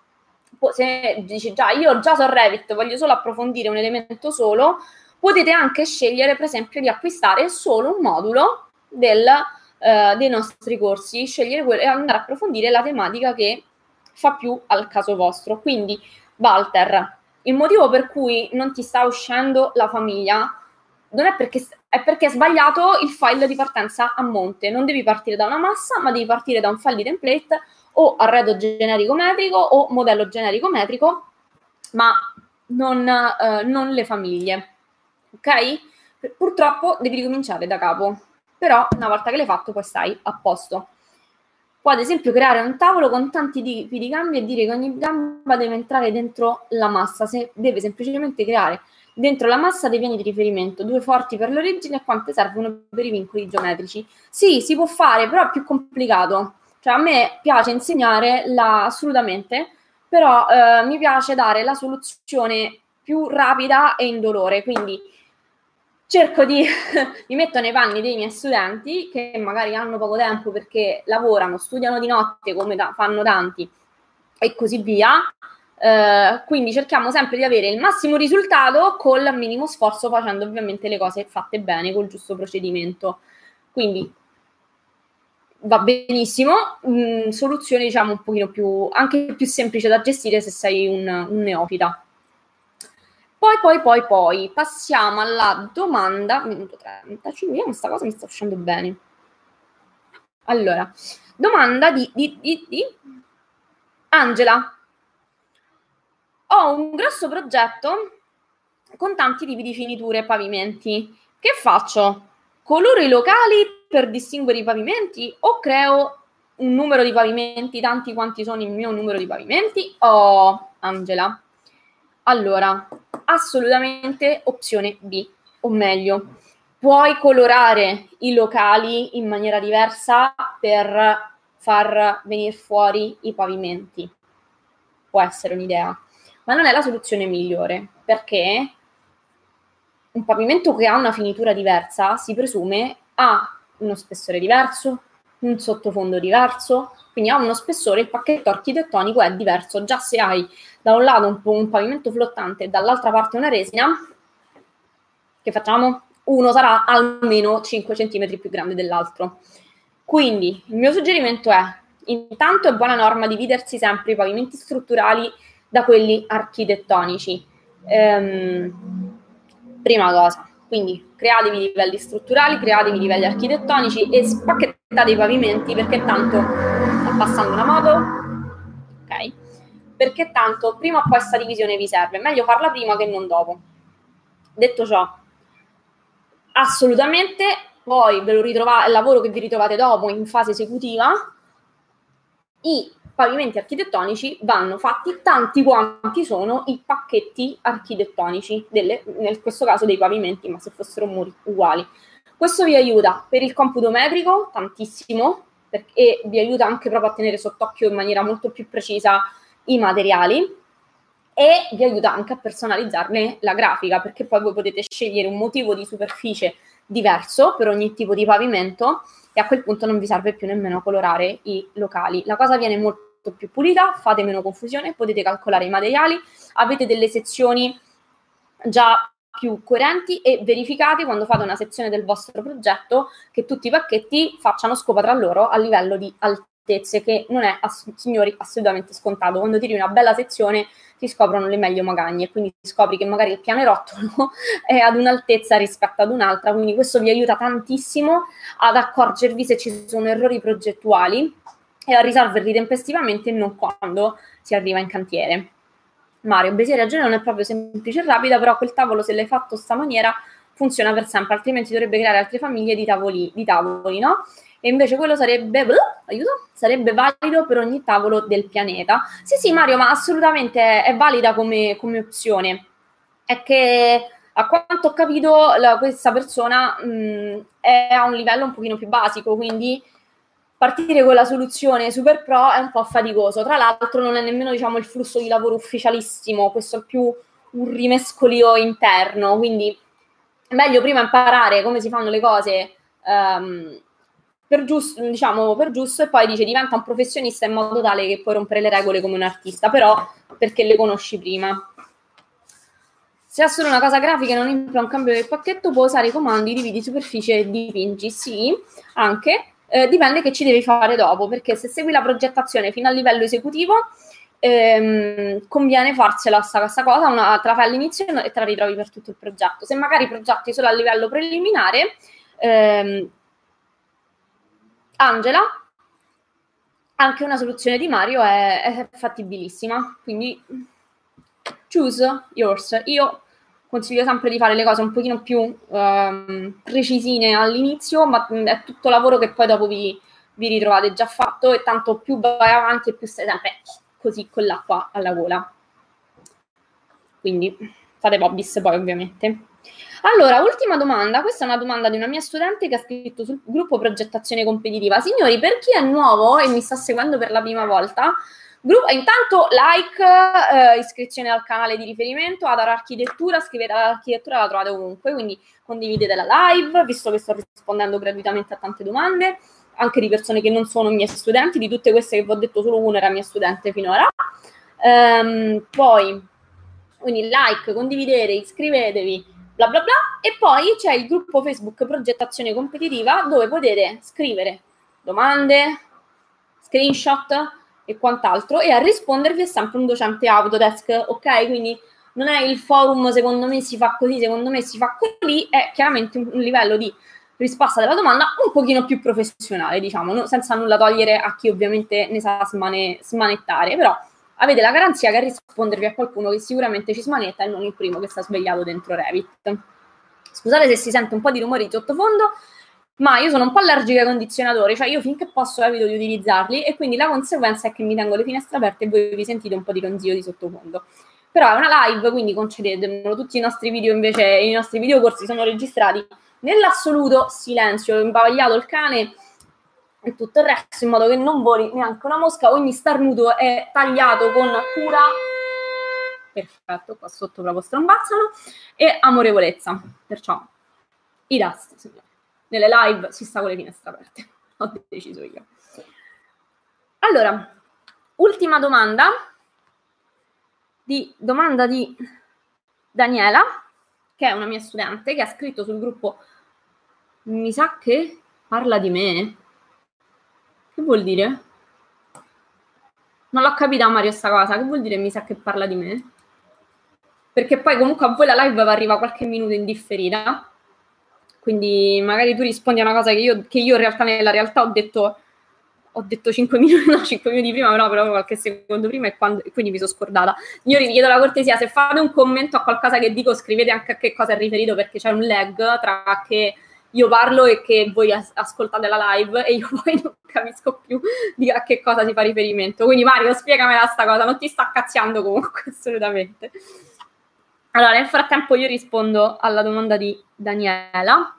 se dici già io già so Revit, voglio solo approfondire un elemento solo, potete anche scegliere per esempio di acquistare solo un modulo del, eh, dei nostri corsi, scegliere quello e andare a approfondire la tematica che fa più al caso vostro. Quindi Walter, il motivo per cui non ti sta uscendo la famiglia non è perché è perché è sbagliato il file di partenza a monte. Non devi partire da una massa, ma devi partire da un file di template o arredo generico metrico o modello generico metrico, ma non, eh, non le famiglie. Ok? Purtroppo devi ricominciare da capo, però una volta che l'hai fatto poi stai a posto. Può ad esempio creare un tavolo con tanti tipi di gambe e dire che ogni gamba deve entrare dentro la massa, se deve semplicemente creare dentro la massa dei piani di riferimento, due forti per l'origine e quante servono per i vincoli geometrici. Sì, si può fare, però è più complicato. Cioè a me piace insegnare la, assolutamente, però eh, mi piace dare la soluzione più rapida e indolore, quindi cerco di, mi metto nei panni dei miei studenti che magari hanno poco tempo perché lavorano, studiano di notte come da, fanno tanti e così via. Uh, quindi cerchiamo sempre di avere il massimo risultato col minimo sforzo, facendo ovviamente le cose fatte bene, col giusto procedimento. Quindi va benissimo, mh, soluzione diciamo un pochino più, anche più semplice da gestire se sei un, un neofita. Poi, poi, poi, poi, passiamo alla domanda, minuto trentacinque, vediamo questa cosa mi sta uscendo bene. Allora, domanda di, di, di, di Angela. Ho un grosso progetto con tanti tipi di finiture e pavimenti. Che faccio? Coloro i locali per distinguere i pavimenti o creo un numero di pavimenti tanti quanti sono il mio numero di pavimenti? Oh, Angela. Allora, assolutamente opzione B, o meglio, puoi colorare i locali in maniera diversa per far venire fuori i pavimenti. Può essere un'idea, ma non è la soluzione migliore, perché un pavimento che ha una finitura diversa si presume ha uno spessore diverso, un sottofondo diverso, quindi ha uno spessore, il pacchetto architettonico è diverso. Già se hai da un lato un, un pavimento flottante e dall'altra parte una resina, che facciamo? Uno sarà almeno cinque centimetri più grande dell'altro. Quindi il mio suggerimento è: intanto è buona norma dividersi sempre i pavimenti strutturali da quelli architettonici. Ehm, prima cosa, quindi createvi livelli strutturali, createvi livelli architettonici e spacchettate i pavimenti, perché tanto sta passando una moto, ok? Perché tanto prima o poi questa divisione vi serve, meglio farla prima che non dopo. Detto ciò, assolutamente poi ve lo ritrovate, il lavoro che vi ritrovate dopo in fase esecutiva, i pavimenti architettonici vanno fatti tanti quanti sono i pacchetti architettonici, delle, nel questo caso dei pavimenti, ma se fossero muri uguali. Questo vi aiuta per il computo metrico tantissimo, perché vi aiuta anche proprio a tenere sott'occhio in maniera molto più precisa i materiali, e vi aiuta anche a personalizzarne la grafica, perché poi voi potete scegliere un motivo di superficie diverso per ogni tipo di pavimento e a quel punto non vi serve più nemmeno colorare i locali. La cosa viene molto più pulita, fate meno confusione, potete calcolare i materiali, avete delle sezioni già più coerenti e verificate quando fate una sezione del vostro progetto che tutti i pacchetti facciano scopa tra loro a livello di altezze, che non è, ass- signori, assolutamente scontato. Quando tiri una bella sezione si scoprono le meglio magagne, quindi scopri che magari il pianerottolo è ad un'altezza rispetto ad un'altra, quindi questo vi aiuta tantissimo ad accorgervi se ci sono errori progettuali e a risolverli tempestivamente e non quando si arriva in cantiere. Mario, beh, sì, hai ragione, non è proprio semplice e rapida, però quel tavolo, se l'hai fatto sta maniera, funziona per sempre, altrimenti dovrebbe creare altre famiglie di tavoli, di tavoli, no? E invece quello sarebbe, uh, aiuto, sarebbe valido per ogni tavolo del pianeta. Sì, sì, Mario, ma assolutamente è, è valida come, come opzione. È che, a quanto ho capito, la, questa persona mh, è a un livello un pochino più basico, quindi partire con la soluzione super pro è un po' faticoso. Tra l'altro non è nemmeno, diciamo, il flusso di lavoro ufficialissimo, questo è più un rimescolio interno, quindi è meglio prima imparare come si fanno le cose um, per giusto, diciamo, per giusto, e poi dice diventa un professionista in modo tale che puoi rompere le regole come un artista, però perché le conosci prima. Se ha solo una cosa grafica e non implementa un cambio del pacchetto, può usare i comandi dividi superficie e dipingi. Sì, anche. Eh, dipende che ci devi fare dopo, perché se segui la progettazione fino al livello esecutivo ehm, conviene farsela questa cosa, una, te la fai all'inizio e te la ritrovi per tutto il progetto. Se magari progetti solo a livello preliminare, ehm, Angela, anche una soluzione di Mario è, è fattibilissima, quindi choose yours. Io consiglio sempre di fare le cose un pochino più um, precisine all'inizio, ma è tutto lavoro che poi dopo vi, vi ritrovate già fatto, e tanto più vai avanti e più stai sempre così con l'acqua alla gola. Quindi fate Bobbis poi, ovviamente. Allora, ultima domanda. Questa è una domanda di una mia studente che ha scritto sul gruppo Progettazione Competitiva. Signori, per chi è nuovo e mi sta seguendo per la prima volta, Gruppo, intanto like, eh, iscrizione al canale di riferimento, Adar Architettura, scrivete all'architettura, la trovate ovunque, quindi condividete la live, visto che sto rispondendo gratuitamente a tante domande, anche di persone che non sono miei studenti, di tutte queste che vi ho detto solo una era mia studente finora. Um, poi, quindi like, condividete, iscrivetevi, bla bla bla, e poi c'è il gruppo Facebook Progettazione Competitiva dove potete scrivere domande, screenshot e quant'altro, e a rispondervi è sempre un docente Autodesk, ok? Quindi non è il forum secondo me si fa così, secondo me si fa così, è chiaramente un, un livello di risposta della domanda un pochino più professionale, diciamo, no? Senza nulla togliere a chi ovviamente ne sa smane, smanettare, però avete la garanzia che a rispondervi a qualcuno che sicuramente ci smanetta e non il primo che sta svegliato dentro Revit. Scusate se si sente un po' di rumore di sottofondo, ma io sono un po' allergica ai condizionatori, cioè io finché posso evito di utilizzarli e quindi la conseguenza è che mi tengo le finestre aperte e voi vi sentite un po' di ronzio di sottofondo. Però è una live, quindi concedetemelo, tutti i nostri video invece, i nostri videocorsi sono registrati nell'assoluto silenzio, ho imbavagliato il cane e tutto il resto in modo che non voli neanche una mosca, ogni starnuto è tagliato con cura, perfetto, qua sotto proprio strombazzano, e amorevolezza, perciò i dust, signori. Nelle live si sta con le finestre aperte, ho deciso io. Allora, ultima domanda, di, domanda di Daniela, che è una mia studente, che ha scritto sul gruppo, mi sa che parla di me. Che vuol dire? Non l'ho capita Mario sta cosa, che vuol dire mi sa che parla di me? Perché poi comunque a voi la live arriva qualche minuto in differita, quindi magari tu rispondi a una cosa che io, che io in realtà nella realtà ho detto ho detto cinque minuti, no, cinque minuti prima, no, però qualche secondo prima e, quando, e quindi mi sono scordata. Signori, vi chiedo la cortesia, se fate un commento a qualcosa che dico, scrivete anche a che cosa è riferito, perché c'è un lag tra che io parlo e che voi as- ascoltate la live e io poi non capisco più di a che cosa si fa riferimento. Quindi Mario, spiegamela sta cosa, non ti sta cazziando comunque, assolutamente. Allora, nel frattempo io rispondo alla domanda di Daniela.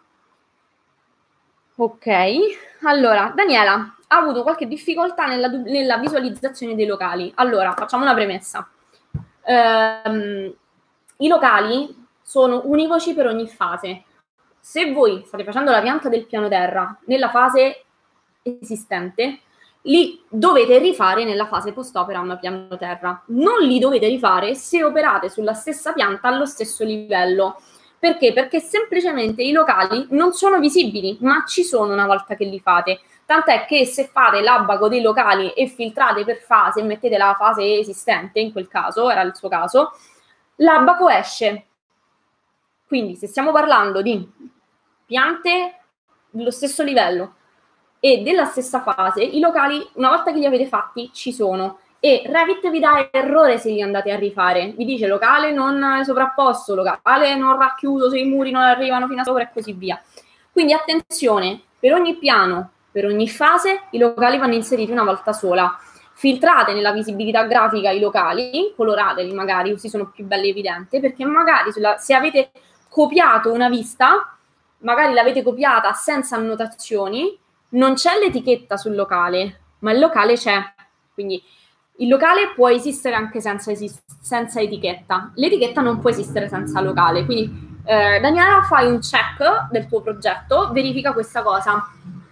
Ok, allora, Daniela ha avuto qualche difficoltà nella, nella visualizzazione dei locali. Allora, facciamo una premessa. Ehm, I locali sono univoci per ogni fase. Se voi state facendo la pianta del piano terra nella fase esistente, li dovete rifare nella fase post-operam piano terra. Non li dovete rifare se operate sulla stessa pianta allo stesso livello. Perché? Perché semplicemente i locali non sono visibili, ma ci sono una volta che li fate. Tant'è che se fate l'abaco dei locali e filtrate per fase e mettete la fase esistente, in quel caso, era il suo caso, l'abaco esce. Quindi se stiamo parlando di piante dello stesso livello e della stessa fase, i locali, una volta che li avete fatti, ci sono. E Revit vi dà errore se li andate a rifare. Vi dice locale non sovrapposto, locale non racchiuso se i muri non arrivano fino a sopra e così via. Quindi attenzione, per ogni piano, per ogni fase, i locali vanno inseriti una volta sola. Filtrate nella visibilità grafica i locali, colorateli magari, così sono più belli e evidenti, perché magari sulla, se avete copiato una vista, magari l'avete copiata senza annotazioni, non c'è l'etichetta sul locale, ma il locale c'è. Quindi il locale può esistere anche senza, esist- senza etichetta. L'etichetta non può esistere senza locale. Quindi, eh, Daniela, fai un check del tuo progetto, verifica questa cosa.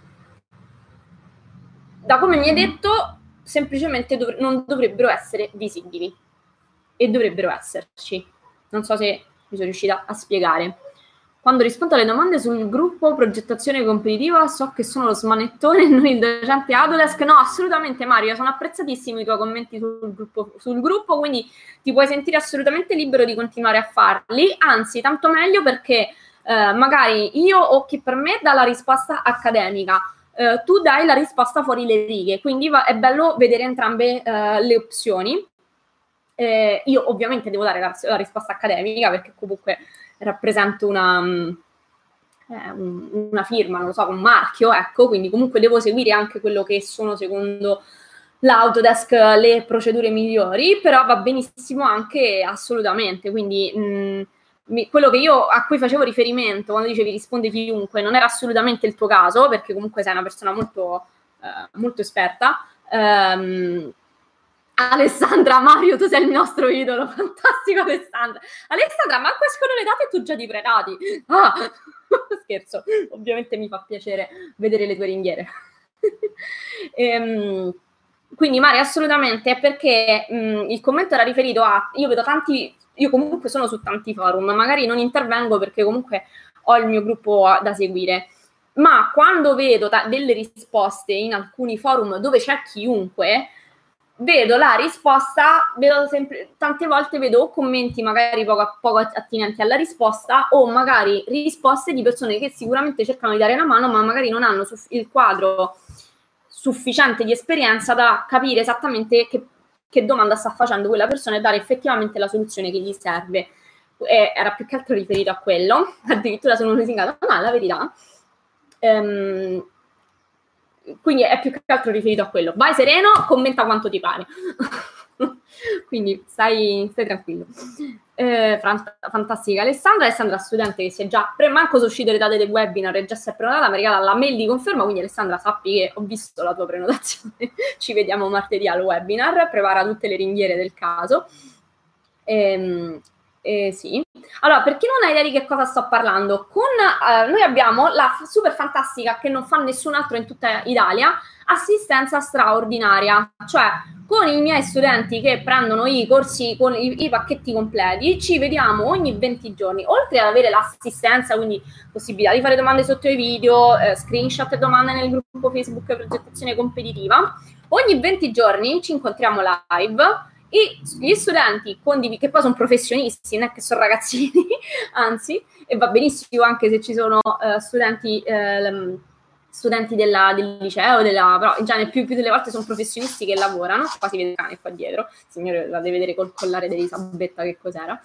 Da come mi hai detto, semplicemente dov- non dovrebbero essere visibili. E dovrebbero esserci. Non so se mi sono riuscita a spiegare. Quando rispondo alle domande sul gruppo progettazione competitiva so che sono lo smanettone e non il docente Autodesk. No, assolutamente Mario, sono apprezzatissimi i tuoi commenti sul gruppo, sul gruppo, quindi ti puoi sentire assolutamente libero di continuare a farli, anzi tanto meglio perché eh, magari io o chi per me dà la risposta accademica, eh, tu dai la risposta fuori le righe, quindi va, è bello vedere entrambe eh, le opzioni. Eh, io ovviamente devo dare la, la risposta accademica perché comunque rappresento una, eh, un, una firma, non lo so, un marchio, ecco, quindi comunque devo seguire anche quello che sono secondo l'Autodesk le procedure migliori, però va benissimo anche assolutamente, quindi mh, mi, quello che io a cui facevo riferimento quando dicevi risponde chiunque non era assolutamente il tuo caso, perché comunque sei una persona molto, eh, molto esperta, ehm, Alessandra, Mario, tu sei il nostro idolo, fantastico Alessandra. Alessandra, ma escono le date e tu già ti prenoti? Ah, scherzo, ovviamente mi fa piacere vedere le tue ringhiere. ehm, quindi Mario, assolutamente, è perché mh, il commento era riferito a, io vedo tanti, io comunque sono su tanti forum, magari non intervengo perché comunque ho il mio gruppo da seguire, ma quando vedo ta- delle risposte in alcuni forum dove c'è chiunque, vedo la risposta, vedo sempre, tante volte vedo commenti magari poco, poco attinenti alla risposta o magari risposte di persone che sicuramente cercano di dare una mano ma magari non hanno su- il quadro sufficiente di esperienza da capire esattamente che, che domanda sta facendo quella persona e dare effettivamente la soluzione che gli serve. E era più che altro riferito a quello, addirittura sono lusingata, ma la verità. Ehm, quindi è più che altro riferito a quello. Vai sereno, commenta quanto ti pare. Quindi stai, stai tranquillo. Eh, fantastica Alessandra. Alessandra studente che si è già pre- manco sono uscite le date del webinar e già si è prenotata, mi regala la mail di conferma, quindi Alessandra sappi che ho visto la tua prenotazione. Ci vediamo martedì al webinar, prepara tutte le ringhiere del caso. Ehm, eh, sì. Allora, per chi non ha idea di che cosa sto parlando, con, eh, noi abbiamo la super fantastica, che non fa nessun altro in tutta Italia, assistenza straordinaria, cioè con i miei studenti che prendono i corsi con i, i pacchetti completi, ci vediamo ogni venti giorni, oltre ad avere l'assistenza, quindi possibilità di fare domande sotto i video, eh, screenshot e domande nel gruppo Facebook progettazione competitiva, ogni venti giorni ci incontriamo live e gli studenti condiv- che poi sono professionisti, non è che sono ragazzini, anzi, e va benissimo anche se ci sono uh, studenti, uh, studenti della, del liceo, della, però in genere più, più delle volte sono professionisti che lavorano, qua si vede il cane qua dietro, il signore la deve vedere col collare di Elisabetta che cos'era.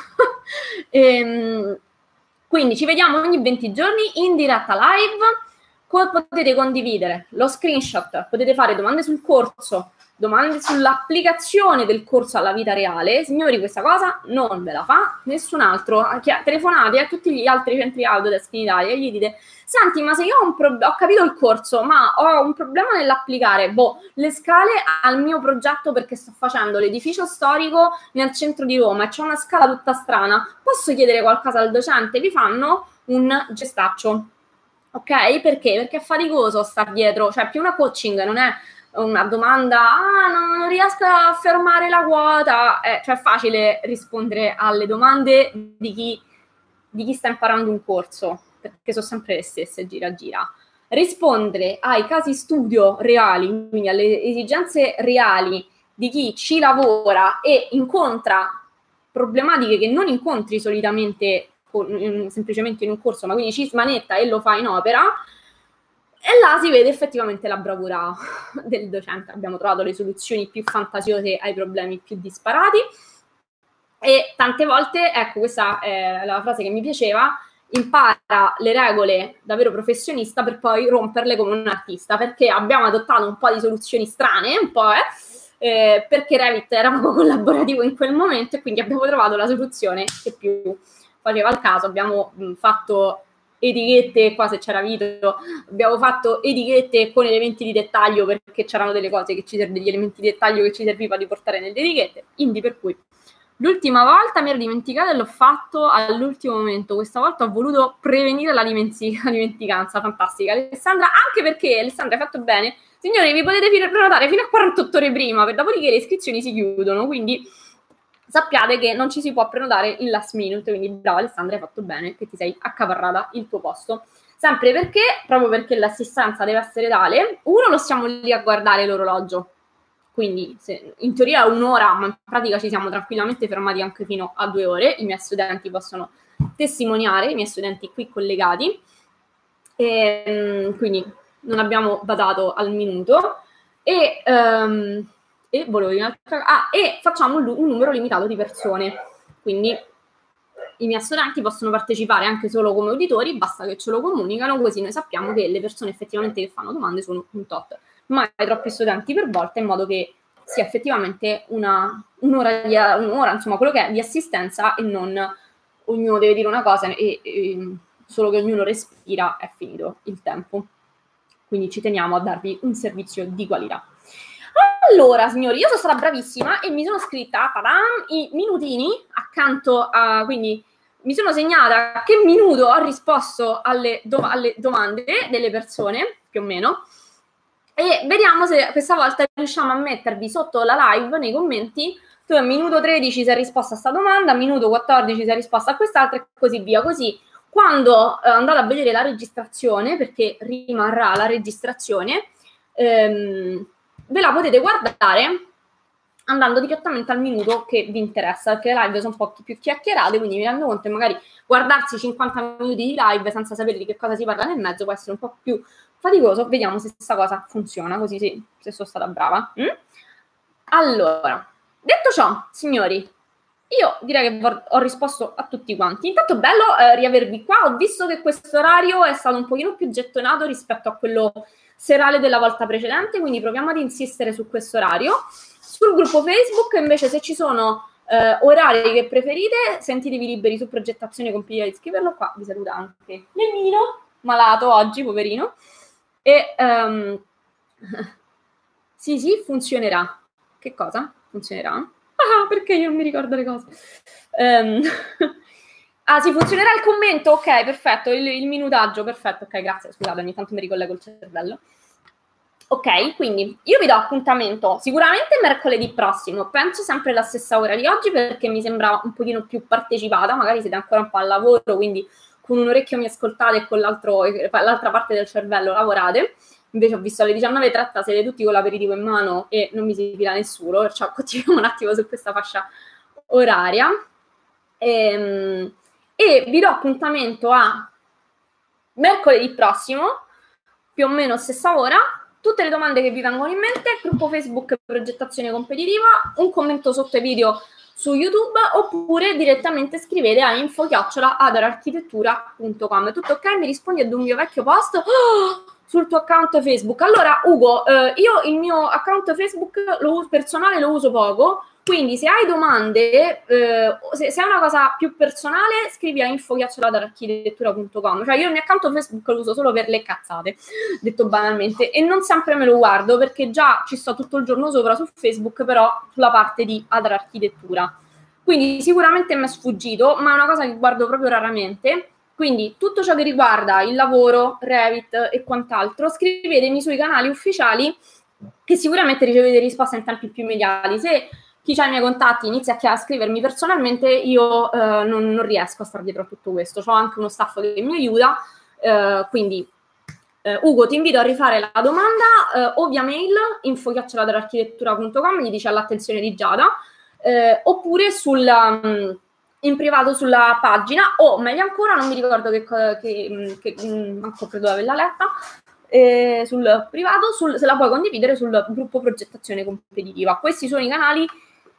e, quindi ci vediamo ogni venti giorni in diretta live, potete condividere lo screenshot, potete fare domande sul corso, domande sull'applicazione del corso alla vita reale. Signori, questa cosa non ve la fa nessun altro. Telefonate a tutti gli altri centri Autodesk in Italia e gli dite: senti, ma se io ho, un pro- ho capito il corso, ma ho un problema nell'applicare boh, le scale al mio progetto perché sto facendo l'edificio storico nel centro di Roma e c'è una scala tutta strana, posso chiedere qualcosa al docente? Vi fanno un gestaccio. Ok? Perché? Perché è faticoso star dietro, cioè più una coaching non è una domanda, ah, non, non riesco a fermare la quota, eh, cioè è facile rispondere alle domande di chi, di chi sta imparando un corso, perché sono sempre le stesse, gira gira. Rispondere ai casi studio reali, quindi alle esigenze reali di chi ci lavora e incontra problematiche che non incontri solitamente con, semplicemente in un corso, ma quindi ci smanetta e lo fa in opera. E là si vede effettivamente la bravura del docente. Abbiamo trovato le soluzioni più fantasiose ai problemi più disparati e tante volte, ecco, questa è la frase che mi piaceva, impara le regole da vero professionista per poi romperle come un artista, perché abbiamo adottato un po' di soluzioni strane, un po', eh, eh, perché Revit era poco collaborativo in quel momento e quindi abbiamo trovato la soluzione che più faceva il caso. Abbiamo mh, fatto etichette, qua se c'era video, abbiamo fatto etichette con elementi di dettaglio perché c'erano delle cose che ci servevano, degli elementi di dettaglio che ci serviva di portare nelle etichette, quindi per cui l'ultima volta mi ero dimenticata e l'ho fatto all'ultimo momento, questa volta ho voluto prevenire la, dimenticanza, la dimenticanza, fantastica Alessandra, anche perché Alessandra hai fatto bene, signori vi potete prenotare fino a quarantotto ore prima, dopodiché le iscrizioni si chiudono, quindi sappiate che non ci si può prenotare in last minute, quindi brava Alessandra, hai fatto bene che ti sei accaparrata il tuo posto. Sempre perché, proprio perché l'assistenza deve essere tale, uno, lo stiamo lì a guardare l'orologio, quindi se, in teoria è un'ora, ma in pratica ci siamo tranquillamente fermati anche fino a due ore, i miei studenti possono testimoniare, i miei studenti qui collegati, e, quindi non abbiamo badato al minuto, e... Um, e volevo dire un'altra ah, e facciamo un, un numero limitato di persone, quindi i miei studenti possono partecipare anche solo come uditori, basta che ce lo comunicano, così noi sappiamo che le persone effettivamente che fanno domande sono un tot, mai troppi studenti per volta, in modo che sia effettivamente una, un'ora, di, un'ora insomma quello che è di assistenza e non ognuno deve dire una cosa e, e solo che ognuno respira è finito il tempo, quindi ci teniamo a darvi un servizio di qualità. Allora, signori, io sono stata bravissima e mi sono scritta tadam, i minutini accanto a, quindi mi sono segnata a che minuto ho risposto alle, do, alle domande delle persone, più o meno, e vediamo se questa volta riusciamo a mettervi sotto la live, nei commenti, tu a minuto tredici sei risposta a questa domanda, a minuto quattordici sei risposta a quest'altra e così via, così quando eh, andate a vedere la registrazione, perché rimarrà la registrazione, ehm, ve la potete guardare andando direttamente al minuto che vi interessa, perché le live sono un po' più chiacchierate, quindi mi rendo conto che magari guardarsi cinquanta minuti di live senza sapere di che cosa si parla nel mezzo può essere un po' più faticoso. Vediamo se questa cosa funziona, così sì, se sono stata brava. Mm? Allora, detto ciò, signori, io direi che ho risposto a tutti quanti. Intanto bello eh, riavervi qua, ho visto che questo orario è stato un pochino più gettonato rispetto a quello serale della volta precedente, quindi proviamo ad insistere su questo orario. Sul gruppo Facebook invece, se ci sono eh, orari che preferite, sentitevi liberi su progettazione competitiva di scriverlo. Qua vi saluta anche Nemmino, malato oggi, poverino. E um, sì, sì, funzionerà. Che cosa? Funzionerà? Ah, perché io non mi ricordo le cose. Um, ah, sì, funzionerà il commento? Ok, perfetto. Il, il minutaggio, perfetto. Ok, grazie. Scusate, ogni tanto mi ricollego il cervello. Ok, quindi io vi do appuntamento sicuramente mercoledì prossimo, penso sempre alla stessa ora di oggi perché mi sembra un pochino più partecipata, magari siete ancora un po' al lavoro, quindi con un orecchio mi ascoltate e con l'altra parte del cervello lavorate. Invece ho visto alle diciannove e trenta siete tutti con l'aperitivo in mano e non mi si fila nessuno, perciò continuiamo un attimo su questa fascia oraria. E, e vi do appuntamento a mercoledì prossimo, più o meno stessa ora. Tutte le domande che vi vengono in mente, gruppo Facebook Progettazione Competitiva, un commento sotto i video su YouTube oppure direttamente scrivete a info chiocciola adararchitettura punto com. Tutto ok? Mi rispondi ad un mio vecchio post oh, sul tuo account Facebook. Allora, Ugo, eh, io il mio account Facebook lo, personale lo uso poco, quindi se hai domande, eh, se, se è una cosa più personale, scrivi a info chiocciola adararchitettura punto com. Cioè io il mio account Facebook lo uso solo per le cazzate, detto banalmente, e non sempre me lo guardo perché già ci sto tutto il giorno sopra su Facebook, però sulla parte di adararchitettura. Quindi sicuramente mi è sfuggito, ma è una cosa che guardo proprio raramente. Quindi tutto ciò che riguarda il lavoro, Revit e quant'altro, scrivetemi sui canali ufficiali che sicuramente ricevete risposte in tempi più immediati. Se chi ha i miei contatti inizia a scrivermi personalmente, io eh, non, non riesco a stare dietro a tutto questo. C'ho anche uno staff che mi aiuta, eh, quindi eh, Ugo, ti invito a rifare la domanda eh, o via mail info chiocciola adararchitettura punto com, gli dice all'attenzione di Giada, eh, oppure sul, um, in privato sulla pagina, o meglio ancora, non mi ricordo che, che, che, che manco credo di averla letta, eh, sul privato, sul, se la puoi condividere sul gruppo Progettazione Competitiva. Questi sono i canali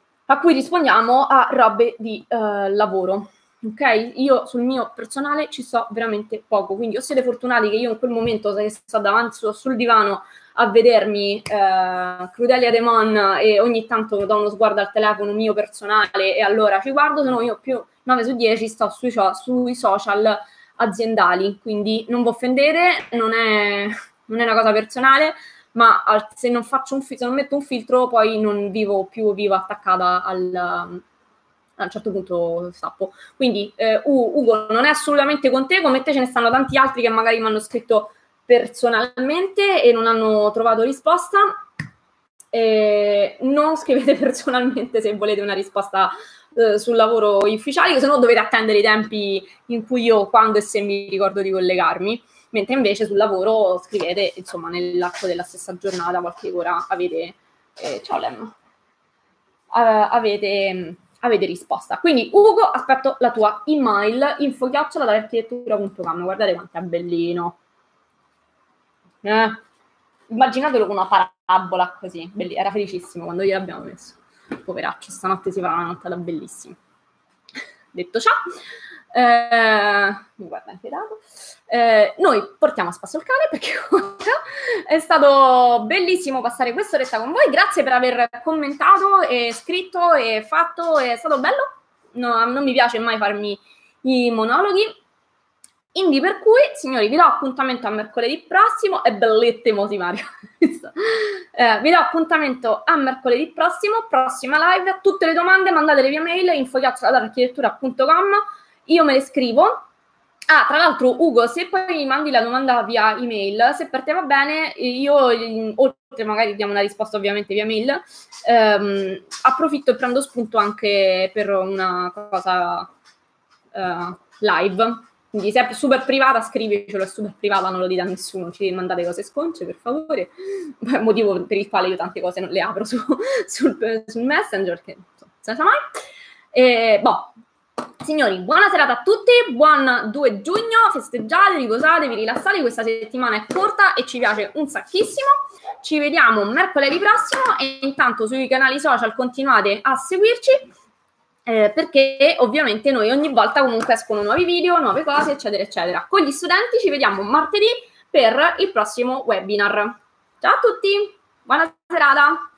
a cui rispondiamo a robe di uh, lavoro, ok? Io sul mio personale ci so veramente poco, quindi o siete fortunati che io in quel momento se sto davanti sto sul divano a vedermi uh, Crudelia Demon e ogni tanto do uno sguardo al telefono mio personale e allora ci guardo, se no io più nove su dieci sto sui, sui social aziendali, quindi non vi offendete, non è, non è una cosa personale, ma se non faccio un se non metto un filtro poi non vivo più vivo attaccata al a un certo punto stappo. Quindi eh, Ugo non è assolutamente con te, come te ce ne stanno tanti altri che magari mi hanno scritto personalmente e non hanno trovato risposta. Eh, non scrivete personalmente se volete una risposta eh, sul lavoro ufficiale, se no dovete attendere i tempi in cui io quando e se mi ricordo di collegarmi. Mentre invece sul lavoro scrivete, insomma, nell'arco della stessa giornata, qualche ora avete, eh, ciao Lem, uh, avete, avete risposta. Quindi Ugo, aspetto la tua email, info chiocciola adararchitettura punto com. Guardate quanto è bellino. Eh, immaginatelo con una parabola così, belli, era felicissimo quando gliel'abbiamo messo. Poveraccio, stanotte si farà una nottata bellissima. Detto ciò, eh, mi guarda anche dato. Eh, noi portiamo a spasso il cane perché è stato bellissimo passare quest'oretta con voi. Grazie per aver commentato e scritto e fatto, è stato bello. No, non mi piace mai farmi i monologhi. Quindi per cui, signori, vi do appuntamento a mercoledì prossimo. È bellissimo, sì, Mario. eh, vi do appuntamento a mercoledì prossimo, prossima live. Tutte le domande mandatele via mail info chiocciola architettura punto com. Io me le scrivo. Ah, tra l'altro, Ugo, se poi mi mandi la domanda via email, se per te va bene, io, oltre magari diamo una risposta ovviamente via mail, ehm, approfitto e prendo spunto anche per una cosa uh, live. Quindi se è super privata, scrivicelo, è super privata, non lo dite a nessuno, ci mandate cose sconce, per favore. È motivo per il quale io tante cose non le apro su, sul, sul Messenger, perché non se ne sa mai. E, boh. Signori, buona serata a tutti, buon due giugno, festeggiate, riposatevi, rilassate, questa settimana è corta e ci piace un sacchissimo. Ci vediamo mercoledì prossimo e intanto sui canali social continuate a seguirci, eh, perché ovviamente noi ogni volta comunque escono nuovi video, nuove cose, eccetera, eccetera. Con gli studenti ci vediamo martedì per il prossimo webinar. Ciao a tutti, buona serata!